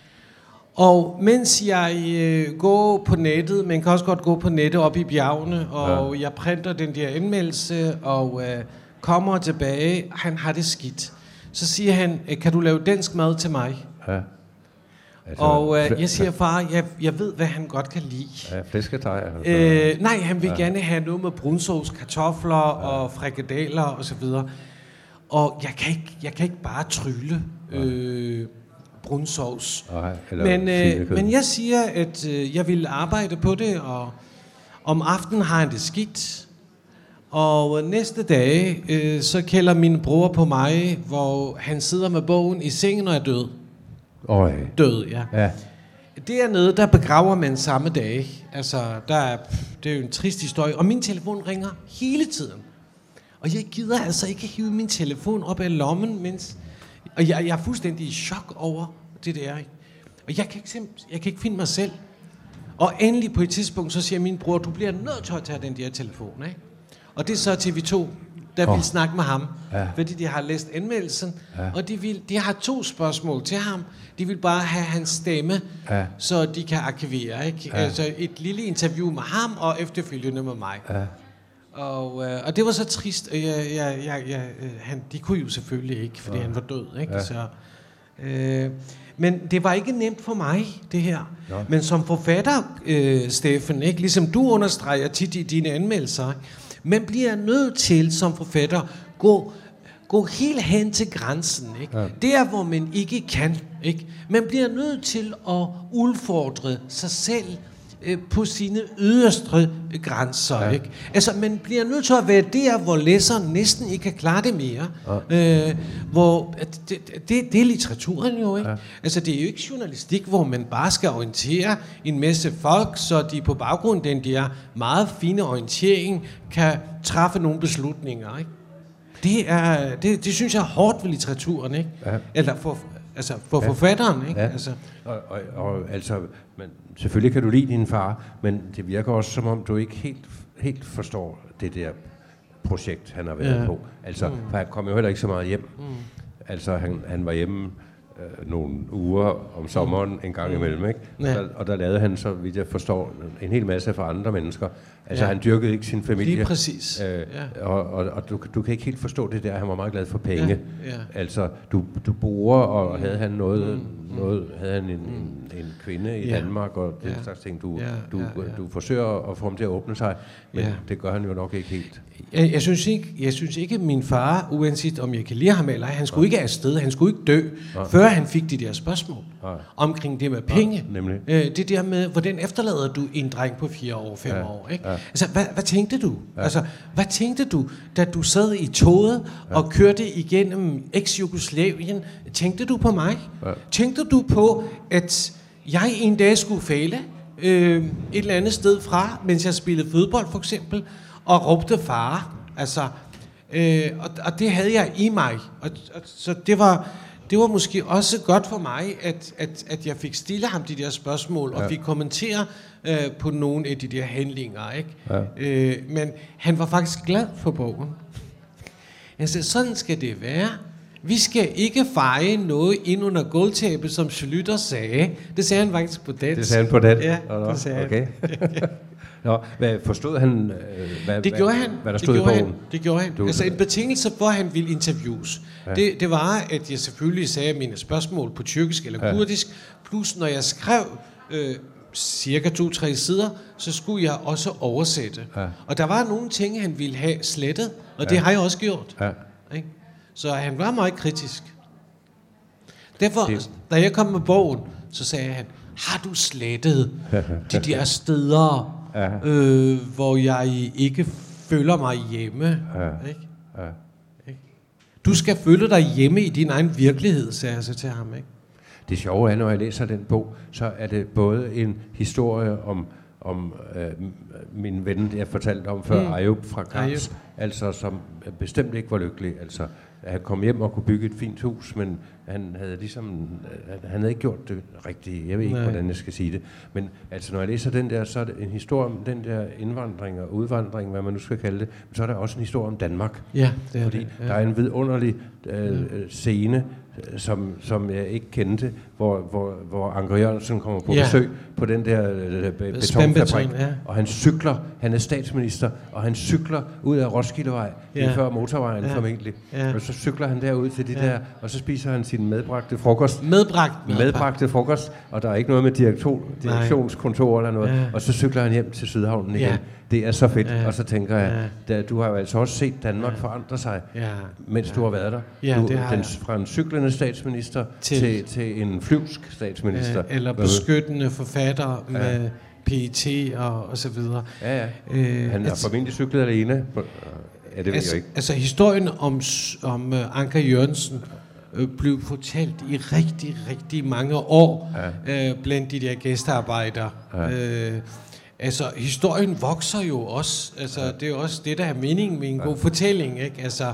Og mens jeg øh, går på nettet, man kan også godt gå på nettet op i bjergene, og ja. Jeg printer den der anmeldelse, og øh, kommer tilbage, han har det skidt. Så siger han, kan du lave dansk mad til mig? Ja. Altså, og øh, jeg siger, far, jeg, jeg ved, hvad han godt kan lide. Ja, flæsketeg. Altså. Øh, nej, han vil ja. Gerne have noget med brunsovs, kartofler ja. Og frikadeller og så videre. Og jeg kan ikke, jeg kan ikke bare trylle øh, brunsovs. Men, øh, men jeg siger, at øh, jeg vil arbejde på det, og om aftenen har han det skidt. Og næste dag, øh, så kalder min bror på mig, hvor han sidder med bogen i sengen og er død. Øj. Død, ja. ja. Dernede, der begraver man samme dag. Altså, der er, det er jo en trist historie. Og min telefon ringer hele tiden. Og jeg gider altså ikke hive min telefon op af lommen, mens... Og jeg, jeg er fuldstændig i chok over det der. Og jeg kan, ikke, jeg kan ikke finde mig selv. Og endelig på et tidspunkt, så siger min bror, du bliver nødt til at tage den der telefon, ikke? Og det er så T V to, der oh. vil snakke med ham. Ja. Fordi de har læst anmeldelsen. Ja. Og de, vil, de har to spørgsmål til ham. De vil bare have hans stemme, ja. Så de kan arkivere, ikke? Ja. Altså et lille interview med ham, og efterfølgende med mig. Ja. Og, øh, og det var så trist. Jeg, jeg, jeg, jeg, han, de kunne jo selvfølgelig ikke, fordi ja. Han var død, ikke? Ja. Så, øh, men det var ikke nemt for mig, det her. Ja. Men som forfatter, øh, Steffen, ikke? Ligesom du understreger tit i dine anmeldelser, man bliver nødt til som forfatter gå gå helt hen til grænsen, ikke? Ja. Der hvor man ikke kan, ikke? Man bliver nødt til at udfordre sig selv øh, på sine yderste grænser. Ja. Ikke? Altså, man bliver nødt til at være der, hvor læseren næsten ikke kan klare det mere. Ja. Øh, hvor, det, det, det er litteraturen jo, ikke? Ja. Altså, det er jo ikke journalistik, hvor man bare skal orientere en masse folk, så de på baggrund af den der meget fine orientering kan træffe nogle beslutninger, ikke? Det, er, det, det synes jeg er hårdt ved litteraturen, ikke? Ja. Eller for, altså for ja. forfatteren, ikke? Ja. Altså. Og, og, og altså, men selvfølgelig kan du lide din far, men det virker også som om, du ikke helt, helt forstår det der projekt, han har været ja. på. Altså, mm. for han kom jo heller ikke så meget hjem. Mm. Altså, han, han var hjemme øh, nogle uger om sommeren mm. en gang imellem, ikke? Ja. Og, der, og der lavede han, så vidt jeg forstår, en hel masse for andre mennesker. Altså, ja. han dyrkede ikke sin familie. Lige præcis. Øh, ja. Og, og, og du, du kan ikke helt forstå det der. Han var meget glad for penge. Ja. Ja. Altså, du, du borer, og havde han noget, mm. noget havde han en, en, en kvinde i ja. Danmark, og den ja. slags ting. Du, ja. Du, ja. Ja. du forsøger at få ham til at åbne sig, men ja. det gør han jo nok ikke helt. Jeg, jeg, synes ikke, jeg synes ikke, at min far, uanset om jeg kan lide ham eller ej, han skulle ja. ikke afsted, han skulle ikke dø, ja. før han fik de der spørgsmål ja. omkring det med penge. Ja, nemlig. Øh, det der med, hvordan efterlader du en dreng på fire år, fem ja. år, ikke? Ja. Altså, hvad, hvad tænkte du? Ja. Altså, hvad tænkte du, da du sad i toget ja. og kørte igennem eks-Jugoslavien? Tænkte du på mig? Ja. Tænkte du på, at jeg en dag skulle fejle øh, et eller andet sted fra, mens jeg spillede fodbold for eksempel, og råbte far? Altså, øh, og, og det havde jeg i mig. Og, og, så det var, det var måske også godt for mig, at, at, at jeg fik stille ham de der spørgsmål, ja. og fik kommentere øh, på nogle af de der handlinger, ikke? Ja. Øh, men han var faktisk glad for bogen. Han sagde, sådan skal det være. Vi skal ikke feje noget ind under gulvtæppet, som Schlüter sagde. Det sagde han faktisk på dansk. Det sagde han på dansk? Ja, det sagde okay. han. Nå, hvad, forstod han, øh, hvad, det gjorde han. hvad der stod i bogen? Han. Det gjorde han. Du, altså en betingelse for, at han ville interviews, ja. det, det var, at jeg selvfølgelig sagde mine spørgsmål på tyrkisk eller kurdisk, ja. plus når jeg skrev øh, cirka to-tre sider, så skulle jeg også oversætte. Ja. Og der var nogle ting, han ville have slettet, og ja. det har jeg også gjort. Ja. Ikke? Så han var meget kritisk. Derfor, det. da jeg kom med bogen, så sagde han, har du slettet de der steder, ja. øh, hvor jeg ikke føler mig hjemme? Ja. Ikke? Ja. Ikke? Du skal føle dig hjemme i din egen virkelighed, sagde jeg så til ham. Ikke? Det sjove er, når jeg læser den bog, så er det både en historie om, om øh, min ven, jeg fortalte om før, mm. Ayub fra Kars, altså som bestemt ikke var lykkelig. Altså, han kom hjem og kunne bygge et fint hus, men han havde ligesom, han havde ikke gjort det rigtigt. Jeg ved ikke, Nej. hvordan jeg skal sige det. Men altså, når jeg læser den der, så er det en historie om den der indvandring og udvandring, hvad man nu skal kalde det, men så er der også en historie om Danmark. Ja, det er Fordi det. Ja. der er en vidunderlig øh, scene, som, som jeg ikke kendte, hvor, hvor, hvor Anker Jørgensen kommer på ja. besøg på den der øh, betonfabrik, ja. og han cykler, han er statsminister, og han cykler ud af Roskildevej, ja. lige før motorvejen ja. formentlig, ja. og så cykler han derud til de ja. der, og så spiser han sin medbragte frokost. Medbragt. Medbragte frokost, og der er ikke noget med direktion, direktionskontor eller noget, ja. og så cykler han hjem til Sydhavnen igen. Ja. Det er så fedt, ja. og så tænker jeg, da, du har jo altså også set Danmark ja. forandre sig, ja. mens ja. du har været der. Ja, du, det har den, fra en cyklende statsminister til, til, til en flyvsk statsminister. Ja, eller beskyttende forfatter ja. med P E T og, og så videre. Ja, ja. Øh, han har formentlig cyklet alene. Ja, det ved altså, jeg ikke. Altså historien om, om uh, Anker Jørgensen øh, blev fortalt i rigtig, rigtig mange år ja. øh, blandt de der gæstearbejdere. Ja. Øh, Altså, historien vokser jo også. Altså, ja. det er jo også det, der er meningen med en ja. god fortælling, ikke? Altså,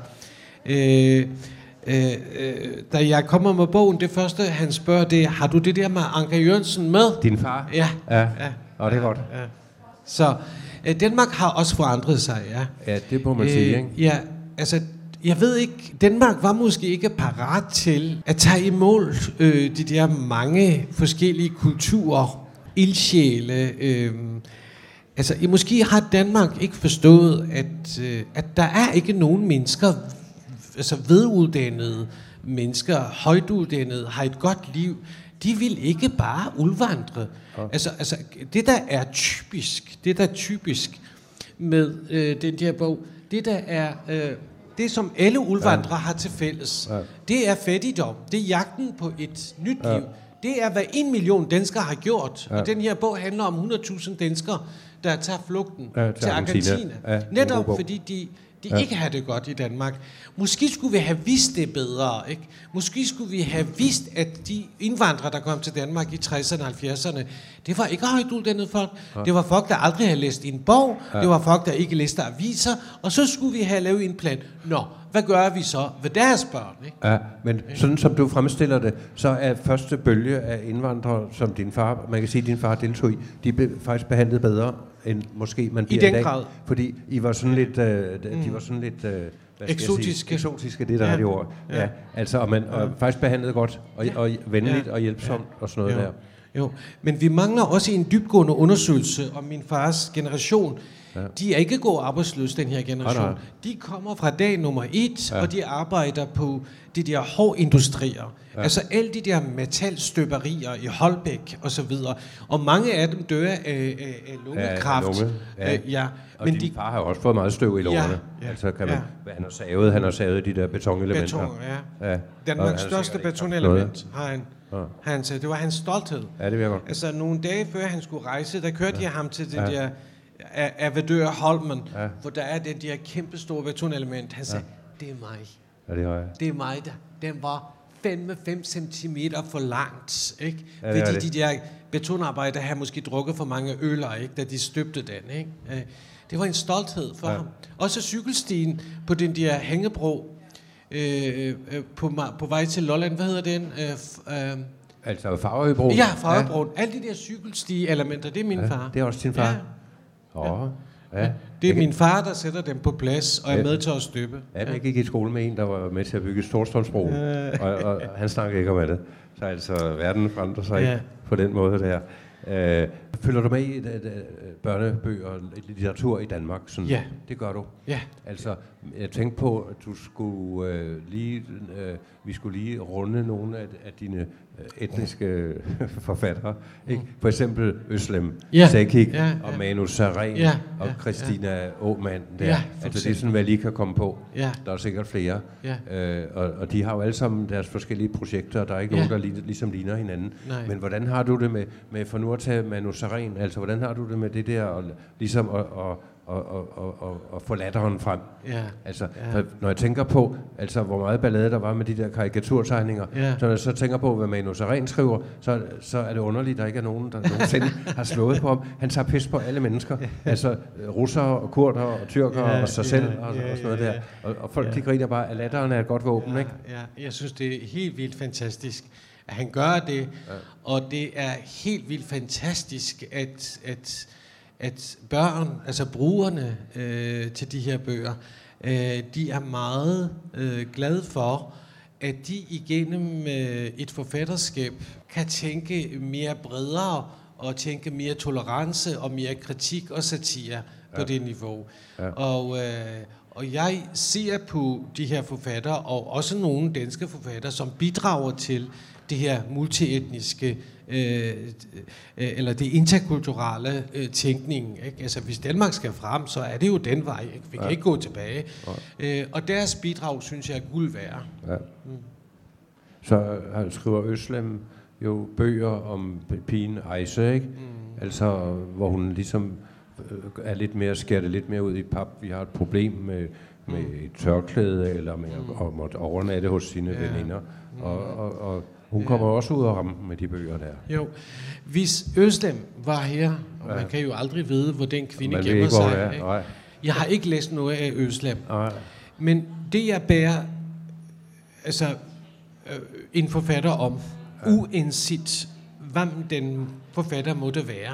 øh, øh, øh, da jeg kommer med bogen, det første, han spørger, det er, har du det der med Anker Jørgensen med? Din far? Ja. Ja, ja. Og det er godt. Ja. Så, øh, Danmark har også forandret sig, ja. Ja, det må man øh, sige, ikke? Ja, altså, jeg ved ikke, Danmark var måske ikke parat til at tage imod øh, de der mange forskellige kulturer, ildsjæle. Øh, altså, måske har Danmark ikke forstået, at, øh, at der er ikke nogen mennesker, altså veduddannede mennesker, højtuddannede, har et godt liv. De vil ikke bare udvandre. Ja. Altså, altså, det der er typisk, det der er typisk med øh, den der bog, det der er øh, det som alle udvandrere ja. har til fælles, ja. det er fattigdom. Det er jagten på et nyt ja. liv. Det er, hvad en million danskere har gjort. Ja. Og den her bog handler om hundrede tusind danskere, der tager flugten ja, til, til Argentina. Argentina. Ja, netop fordi de, de ja. ikke har det godt i Danmark. Måske skulle vi have vidst det bedre. Ikke? Måske skulle vi have vidst, at de indvandrere, der kom til Danmark i tresserne og halvfjerdserne, det var ikke højt uddannede folk. Ja. Det var folk, der aldrig havde læst en bog. Ja. Det var folk, der ikke læste aviser. Og så skulle vi have lavet en plan. Nå, hvad gør vi så ved deres børn? Ikke? Ja, men sådan som du fremstiller det, så er første bølge af indvandrere, som din far, man kan sige, din far deltog i, de blev faktisk behandlet bedre, end måske man bliver i den i dag. Grad. Fordi I var sådan lidt, øh, de var sådan lidt øh, eksotiske. Eksotiske, det der ja. er det ord. Ja. Ja, altså, og man og faktisk behandlet godt, og, og venligt ja. og hjælpsomt ja. og sådan noget jo. der. Jo, men vi mangler også en dybgående undersøgelse om min fars generation. Ja. De er ikke gået arbejdsløse, den her generation. Ja, de kommer fra dag nummer et, ja. og de arbejder på de der hårdindustrier. Ja. Altså alle de der metalstøberier i Holbæk og så videre. Og mange af dem dør af, af, af lungekræft. Ja, lunge. Ja. Øh, ja. Og men din de, far har også fået meget støv i lungerne. Ja, ja, altså kan man, ja. han har savet, han har savet de der betonelementer. Beton, ja. ja. Danmarks største betonelement har han. Ja. Han sagde, det var hans stolthed. Ja, det virker. Altså nogle dage før han skulle rejse, der kørte ja. jeg ham til det ja. der Avedør Holmen, ja. hvor der er det der kæmpe store betonelement. Han sagde, ja. det er mig. Ja, det er jeg. Det er mig, der. Den var fem centimeter for langt, ikke? Ja, fordi det. de der betonarbejdere havde måske drukket for mange øller, ikke? Da de støbte den, ikke? Det var en stolthed for ja. ham. Også cykelstien på den der hængebro, øh, på, på vej til Lolland, hvad hedder den? Øh, øh, altså Farøbroen? Ja, Farøbroen. Ja. Alle de der cykelsti-elementer, det er min ja, far. Det er også din far? Ja. Oh, ja. Ja. Det er min far, der sætter dem på plads og er ja. med til at støbe. Ja, jeg gik i skole med en, der var med til at bygge Storstrømsbro, ja. og, og han snakker ikke om det. Så altså, verden forandrer sig ja. på den måde der. Øh, følger du med i uh, børnebøger og litteratur i Danmark? Sådan? Ja. Det gør du? Ja. Altså, jeg tænkte på, at du skulle uh, lige, uh, vi skulle lige runde nogle af, af dine etniske forfattere. Ikke? For eksempel Özlem ja. Cekic ja, ja. og Manu Sareen ja, og ja, Christina ja. Aamand der. Ja, altså det er sådan, hvad jeg lige kan komme på. Ja. Der er sikkert flere. Ja. Øh, og, og de har jo alle sammen deres forskellige projekter, og der er ikke ja. nogen, der li- ligesom ligner hinanden. Nej. Men hvordan har du det med, med for nu at tage Manu Sareen, altså hvordan har du det med det der, og, ligesom at og, og, og, og, og, og få latteren frem? Ja. Altså, ja. når jeg tænker på, altså hvor meget ballade der var med de der karikaturtegninger, ja. så når jeg så tænker på, hvad Manu Sareen skriver, så, så er det underligt, der ikke er nogen, der nogensinde har slået på ham. Han tager pis på alle mennesker, altså russere og kurder og tyrkere ja, og sig selv ja, og, ja, og sådan noget der. Og, og folk ja. de griner bare, at latteren er et godt våben, ja, ikke? Ja, jeg synes, det er helt vildt fantastisk, at han gør det, ja. og det er helt vildt fantastisk, at, at, at børn, altså brugerne øh, til de her bøger, øh, de er meget øh, glade for, at de igennem øh, et forfatterskab kan tænke mere bredere og tænke mere tolerance og mere kritik og satire ja. på det niveau. Ja. Og, øh, og jeg ser på de her forfattere, og også nogle danske forfattere, som bidrager til det her multietniske, øh, øh, eller det interkulturelle øh, tænkning. Ikke? Altså hvis Danmark skal frem, så er det jo den vej. Ikke? Vi kan ja. ikke gå tilbage. Ja. Øh, og deres bidrag, synes jeg, er guld værd. Ja. Mm. Så han skriver Özlem jo bøger om pigen Ayse, ikke? Mm. Altså hvor hun ligesom er lidt mere, skærer det lidt mere ud i pap. Vi har et problem med, med et tørklæde, eller med mm. at måtte overnatte hos sine ja. veninder. Mm. Og, og, og hun kommer ja. også ud af rampen med de bøger der. Jo. Hvis Özlem var her, og ja. man kan jo aldrig vide, hvor den kvinde man gemmer ikke, sig. Ikke? Nej. Jeg har ikke læst noget af Özlem. Nej. Men det jeg bærer altså, øh, en forfatter om, ja. uanset hvem den forfatter måtte være,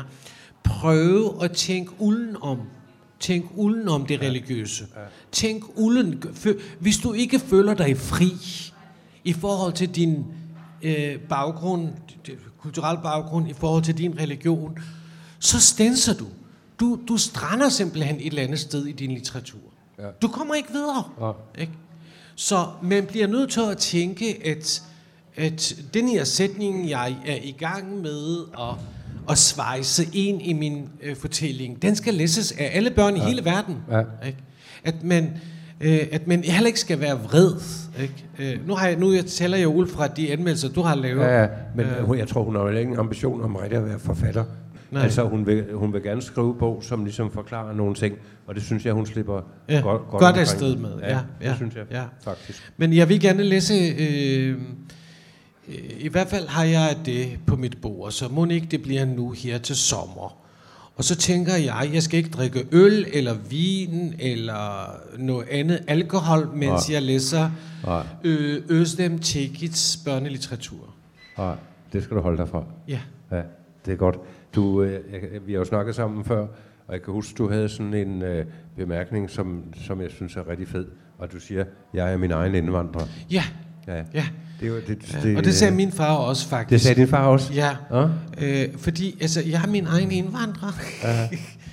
prøve at tænke ulden om. Tænk ulden om det religiøse. Ja. Ja. Tænk ulden. Hvis du ikke føler dig fri i forhold til din øh, baggrund, kulturel baggrund, i forhold til din religion, så stænser du. Du, du strander simpelthen et eller andet sted i din litteratur. Ja. Du kommer ikke videre. Ja. Ikke? Så man bliver nødt til at tænke, at, at den her sætning, jeg er i gang med at, at svejse ind i min øh, fortælling, den skal læses af alle børn ja. i hele verden. Ja. Ikke? At man, øh, at man heller ikke skal være vred. Ikke? Øh, nu, har jeg, nu jeg tæller jeg ud fra de anmeldelser, du har lavet. Ja, ja, men øh, jeg tror, hun har jo ikke en ambition om rigtig at være forfatter. Nej. Altså, hun vil, hun vil gerne skrive bog, som ligesom forklarer nogle ting, og det synes jeg, hun slipper ja, godt, godt, godt afsted med. Ja, ja, det ja, synes jeg ja. faktisk. Men jeg vil gerne læse, øh, øh, i hvert fald har jeg det på mit bord, så må ikke det bliver nu her til sommer. Og så tænker jeg, jeg skal ikke drikke øl, eller vin, eller noget andet alkohol, mens ja. jeg læser øh, Özlem Cekics børnelitteratur. Ja, det skal du holde dig fra. Ja. Ja, det er godt. Du, øh, jeg, vi har jo snakket sammen før, og jeg kan huske, du havde sådan en øh, bemærkning, som, som jeg synes er rigtig fed, og du siger, jeg er min egen indvandrer. Ja, ja. ja. Det, det, det, ja. Og det sagde min far også, faktisk. Det sagde din far også? Ja, ja. Øh, fordi altså, jeg har min egen indvandrer. Ja.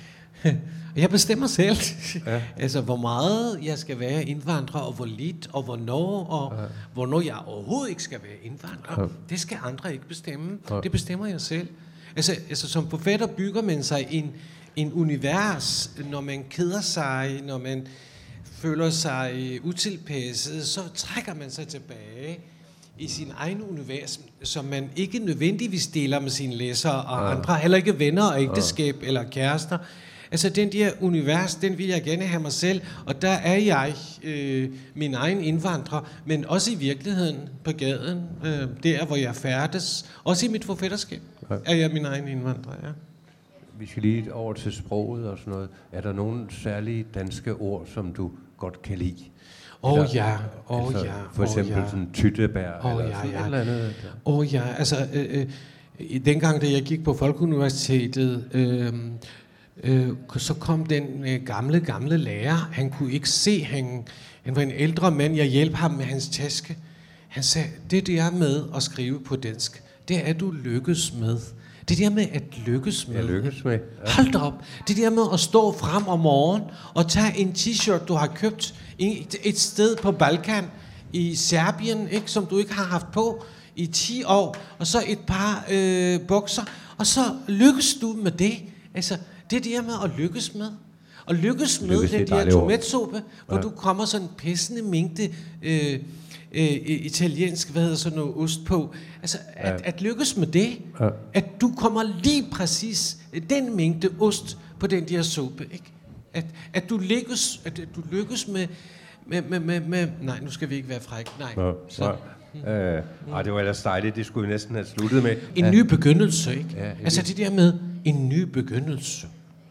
Jeg bestemmer selv, ja. altså, hvor meget jeg skal være indvandrer, og hvor lidt, og hvornår, og ja. hvornår jeg overhovedet ikke skal være indvandrer. Ja. Det skal andre ikke bestemme. Ja. Det bestemmer jeg selv. Altså, altså som forfatter bygger man sig en, en univers, når man keder sig, når man føler sig utilpasset, så trækker man sig tilbage i sin egen univers, som man ikke nødvendigvis deler med sine læsere og ja. andre, heller ikke venner og ægteskab ja. eller kærester. Altså den der univers, den vil jeg gerne have mig selv, og der er jeg øh, min egen indvandrer, men også i virkeligheden på gaden, øh, der hvor jeg færdes, også i mit forfatterskab, ja. er jeg min egen indvandrer, ja. Vi skal lige over til sproget og sådan noget. Er der nogle særlige danske ord, som du godt kan lide? Åh oh, ja, åh oh, altså, ja. For eksempel oh, ja. sådan tyttebær oh, eller ja, sådan ja. et eller andet. Åh oh, ja, altså øh, øh, dengang da jeg gik på Folkeuniversitetet, øh, øh, så kom den øh, gamle, gamle lærer, han kunne ikke se, han, han var en ældre mand, jeg hjalp ham med hans taske. Han sagde, det der med at skrive på dansk, det er du lykkes med. Det der med at lykkes med. Jeg lykkes med. Ja. Hold da op. Det der med at stå frem om morgenen og tage en t-shirt, du har købt et sted på Balkan, i Serbien, ikke, som du ikke har haft på i ti år, og så et par øh, bukser, og så lykkes du med det. Altså, det der med at lykkes med. Og lykkes med lykkes den der tomatsuppe, hvor ja. du kommer sådan en pissende mængde øh, øh, italiensk, hvad hedder sådan noget ost på. Altså, at, ja. at lykkes med det, ja. at du kommer lige præcis den mængde ost på den der suppe, ikke? At, at du lykkes, at du lykkes med, med, med, med, med, nej, nu skal vi ikke være frække, nej. Ja, så. Mm. Øh, ah, det var ellers dejligt, det skulle vi næsten have sluttet med. En ja. ny begyndelse, ikke? Ja, altså det der med en ny begyndelse.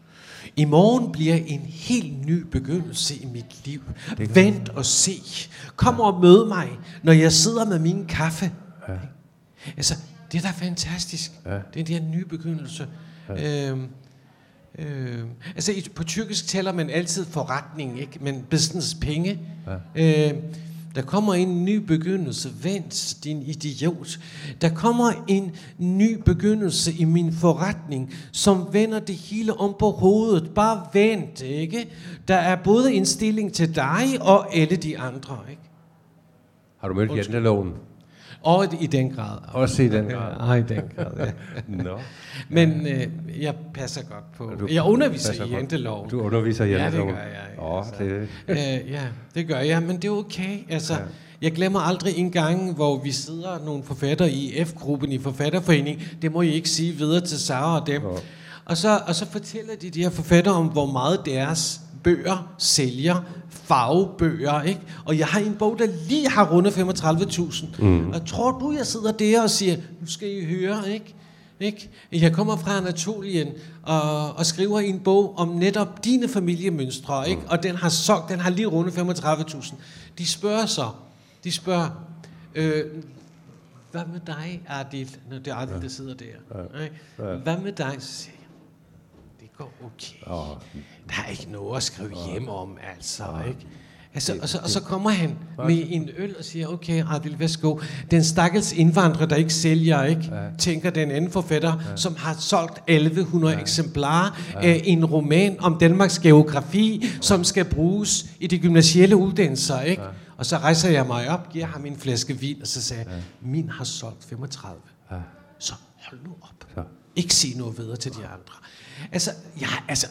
I morgen bliver en helt ny begyndelse i mit liv. Vent og se. Kom og mød mig, når jeg sidder med min kaffe. Ja. Altså, det er da fantastisk. Ja. Det er en ny begyndelse. Ja. Øhm, Øh, altså i, på tyrkisk taler man altid forretning, ikke? Men business, penge. Ja. Øh, der kommer en ny begyndelse. Vent, din idiot. Der kommer en ny begyndelse i min forretning, som vender det hele om på hovedet. Bare vent, ikke? Der er både en stilling til dig og alle de andre, ikke? Har du mødt Janteloven? Og i den grad. Også i den grad. Ja, i den grad, ja. no. Men øh, jeg passer godt på. Du, jeg underviser i Janteloven. Du underviser i Janteloven? Ja, det gør jeg. Oh, altså. det. Øh, ja, det gør jeg, men det er okay. Altså, ja. Jeg glemmer aldrig en gang, hvor vi sidder nogle forfattere i F-gruppen i Forfatterforeningen. Det må I ikke sige videre til Sara og dem. Oh. Og, så, og så fortæller de de her forfattere om, hvor meget deres bøger sælger, fagbøger, ikke? Og jeg har en bog, der lige har rundet femogtredive tusind. Mm. Og tror du, jeg sidder der og siger, nu skal I høre, ikke? Ikke? Jeg kommer fra Anatolien og, og skriver en bog om netop dine familiemønstre, ikke? Og den har solgt, den har lige rundet femogtredive tusind. De spørger så, de spørger, øh, hvad med dig, Adil? Nå, det er Adil, der sidder der. Ikke? Hvad med dig? Så siger jeg, det går okay. Der er ikke noget at skrive hjem om, altså, ikke? Altså, og, så, og så kommer han med en øl og siger, okay, Adil, værsgo. Den stakkels indvandrer, der ikke sælger, ikke? Ja. Tænker den anden forfatter, ja. som har solgt elleve hundrede ja. eksemplarer ja. af en roman om Danmarks geografi, ja. som skal bruges i de gymnasielle uddannelser, ikke? Ja. Og så rejser jeg mig op, giver ham en flaske vin, og så sagde jeg, ja. min har solgt femogtredive. Ja. Så hold nu op. Ja. Ikke sig noget videre til de andre. Altså, ja, altså,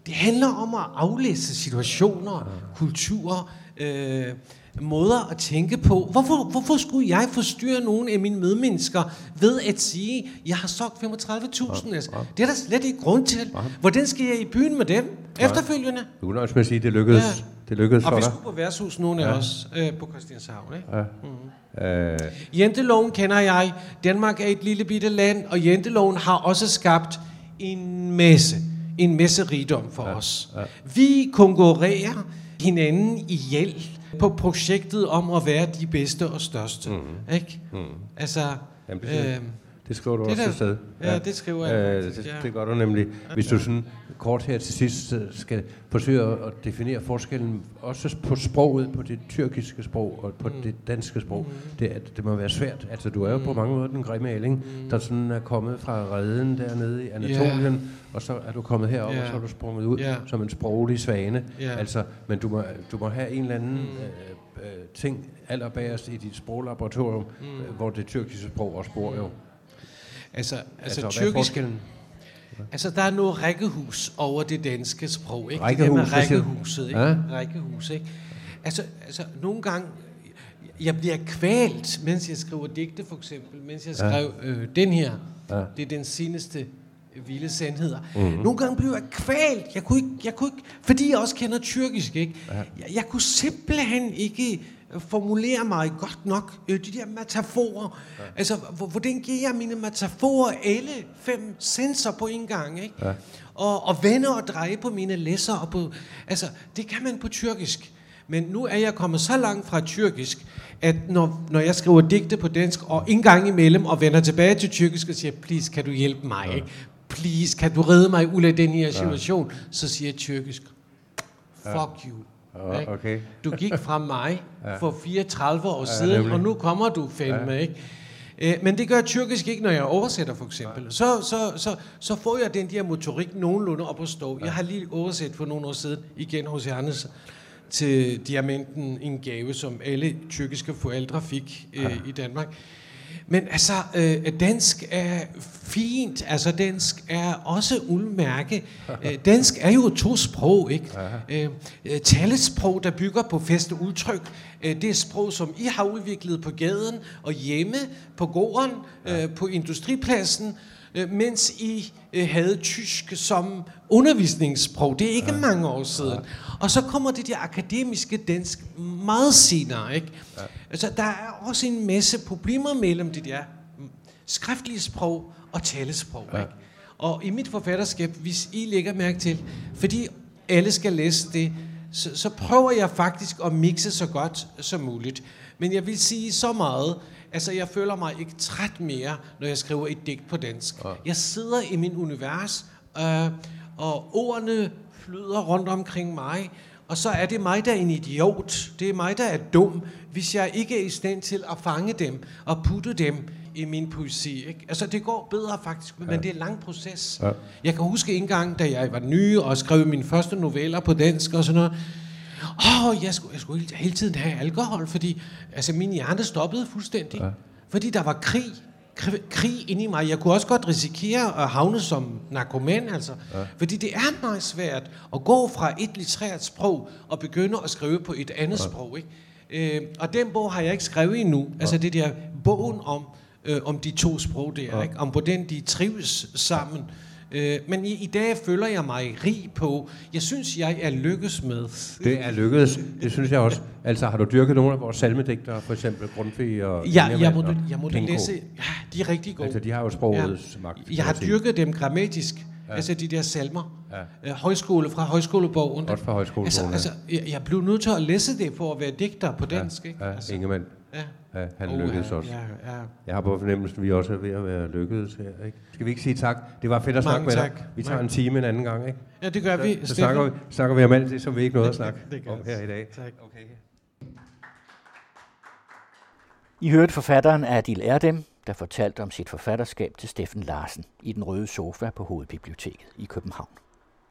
det handler om at aflæse situationer, ja. kulturer, øh, måder at tænke på. Hvorfor, hvorfor skulle jeg forstyrre nogen af mine medmennesker ved at sige, jeg har solgt femogtredive tusind? Ja, ja. Det er der slet ikke grund til. Ja. Hvordan skal jeg i byen med dem ja. efterfølgende? Du kunne også med at sige, det lykkedes. Ja. Det lykkedes og for vi dig. skulle på værtshus, nogle af ja. os, øh, på Christianshavn. Ikke? Ja. Mm-hmm. Øh. Janteloven kender jeg. Danmark er et lille bitte land, og janteloven har også skabt en masse, en masse rigdom for ja. os. Ja. Vi konkurrerer hinanden ihjel på projektet om at være de bedste og største. Mm-hmm. Ikke? Mm-hmm. Altså... Jamen, det, øh, det skriver du det også der, et sted. Ja, ja, det skriver jeg. Øh, det, det gør du nemlig. Hvis du sådan kort her til sidst skal forsøge at definere forskellen, også på sproget, på det tyrkiske sprog og på mm. det danske sprog, mm. det, det må være svært. Altså, du er jo på mange måder den grimme ælling, mm. der sådan er kommet fra reden dernede i Anatolien, yeah. og så er du kommet herop, yeah. og så er du sprunget ud yeah. som en sproglig svane. Yeah. Altså, men du må, du må have en eller anden... Mm. Øh, øh, ting allerbagerst i dit sproglaboratorium, mm. øh, hvor det tyrkiske sprog også bor jo. Altså, altså, altså tyrkisk... Altså, der er noget rækkehus over det danske sprog, ikke? Rækkehus, det der med rækkehuset, ikke? Ja? Rækkehus, ikke? Altså, altså, nogle gange... Jeg bliver kvalt, mens jeg skriver digte, for eksempel. Mens jeg skrev ja. øh, den her. Ja. Det er den seneste vilde sandheder. Mm-hmm. Nogle gange blev jeg kvalt. Jeg kunne ikke, jeg kunne ikke, fordi jeg også kender tyrkisk, ikke? Ja. Jeg, jeg kunne simpelthen ikke formulere mig godt nok. De der metaforer. Ja. Altså, hvordan giver jeg mine metaforer alle fem sensorer på en gang, ikke? Ja. Og, og vende og dreje på mine læsser. Og på, altså, det kan man på tyrkisk. Men nu er jeg kommet så langt fra tyrkisk, at når, når jeg skriver digte på dansk, og en gang imellem, og vender tilbage til tyrkisk og siger, please, kan du hjælpe mig, ja. ikke? Please, kan du redde mig ud af den her situation? Ja. Så siger jeg tyrkisk, fuck ja. you. Ja, okay. Du gik fra mig ja. for fireogtredive år ja, siden, og nu kommer du fandme, ja. ikke? Men det gør tyrkisk ikke, når jeg oversætter, for eksempel. Så, så, så, så får jeg den der motorik nogenlunde op at stå. Ja. Jeg har lige oversat for nogle år siden, igen hos Johannes, til Diamanten, en gave, som alle tyrkiske forældre fik øh, ja. i Danmark. Men altså, øh, dansk er fint, altså dansk er også udmærket. Øh, dansk er jo to sprog, ikke? Øh, talesprog, der bygger på faste udtryk. Øh, det er sprog, som I har udviklet på gaden og hjemme, på gården, øh, på industripladsen, øh, mens I øh, havde tysk som undervisningssprog. Det er ikke ja. mange år siden. Ja. Og så kommer det der akademiske dansk meget senere, ikke? Ja. Altså, der er også en masse problemer mellem det der skriftlige sprog og talesprog, ja. ikke? Og i mit forfatterskab, hvis I lægger mærke til, fordi alle skal læse det, så, så prøver jeg faktisk at mixe så godt som muligt. Men jeg vil sige så meget, altså jeg føler mig ikke træt mere, når jeg skriver et digt på dansk. Ja. Jeg sidder i min univers, øh, og ordene flyder rundt omkring mig, og så er det mig, der er en idiot. Det er mig, der er dum, hvis jeg ikke er i stand til at fange dem og putte dem i min poesi. Ikke? Altså, det går bedre faktisk, men ja. det er en lang proces. Ja. Jeg kan huske en gang, da jeg var ny og skrev mine første noveller på dansk og sådan noget. Åh, oh, jeg skulle, jeg skulle hele, hele tiden have alkohol, fordi altså, min hjerne stoppede fuldstændig. Ja. Fordi der var krig. krig inde i mig. Jeg kunne også godt risikere at havne som narkoman, altså. Ja. Fordi det er meget svært at gå fra et litterært sprog og begynde at skrive på et andet ja. sprog, ikke? Øh, og den bog har jeg ikke skrevet endnu. Ja. Altså det der bogen om, øh, om de to sprog der, ja. ikke? Om hvordan de trives sammen. Øh, men i, i dag føler jeg mig rig på. Jeg synes, jeg er lykkes med. Det er lykkedes. Det synes jeg også. Altså, har du dyrket nogle af vores salmedigtere, for eksempel Grundtvig og... Ja, jeg må, jeg må læse... Ja, de er rigtig gode. Altså, de har jo sprogets ja. magt. Jeg har dyrket dem grammatisk. Ja. Altså, de der salmer. Ja. Øh, højskole fra højskolebogen. Også fra højskolebogen, altså, altså, jeg, jeg blev nødt til at læse det for at være digter på dansk, ja. ikke? Ja, altså. Ingemann. Ja. Ja, han oh, lykkedes ja, også. Ja, ja. Jeg har på fornemmelsen, at vi også er ved at være lykkedes her, ikke? Skal vi ikke sige tak? Det var fedt at snakke med dig. Vi tager en time en anden gang, ikke? Ja, det gør så, vi. Så snakker vi, snakker vi om alt det, som vi ikke nåede at snakke om her i dag. Tak. Okay. I hørte forfatteren Adil Erdem, der fortalte om sit forfatterskab til Steffen Larsen i Den Røde Sofa på Hovedbiblioteket i København.